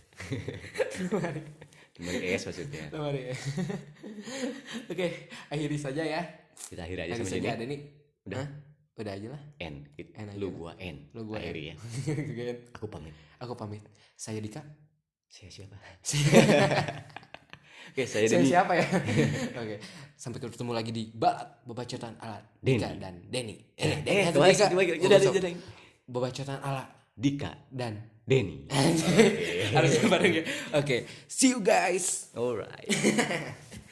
Speaker 3: Lemari es maksudnya.
Speaker 2: Lemari. Oke, akhiri saja ya.
Speaker 3: Kita akhiri aja
Speaker 2: Akhiri
Speaker 3: sama
Speaker 2: saja
Speaker 3: sini.
Speaker 2: ada nih.
Speaker 3: Udah.
Speaker 2: Hah? Udah aja lah.
Speaker 3: N.
Speaker 2: N aja
Speaker 3: Lu
Speaker 2: lah.
Speaker 3: gua N.
Speaker 2: Lu gua
Speaker 3: akhiri ya.
Speaker 2: Oke.
Speaker 3: Aku pamit.
Speaker 2: Aku pamit. Saya Dika.
Speaker 3: Saya siapa?
Speaker 2: Saya
Speaker 3: Oke, saya
Speaker 2: saya
Speaker 3: Denny.
Speaker 2: siapa ya? Oke. Sampai ketemu lagi di Balat Babacotan ala Dika
Speaker 3: Denny.
Speaker 2: dan Denny.
Speaker 3: kembali. Jadi.
Speaker 2: Babacotan ala
Speaker 3: Dika,
Speaker 2: dan
Speaker 3: Denny.
Speaker 2: harus bareng ya. Oke, see you guys.
Speaker 3: Alright.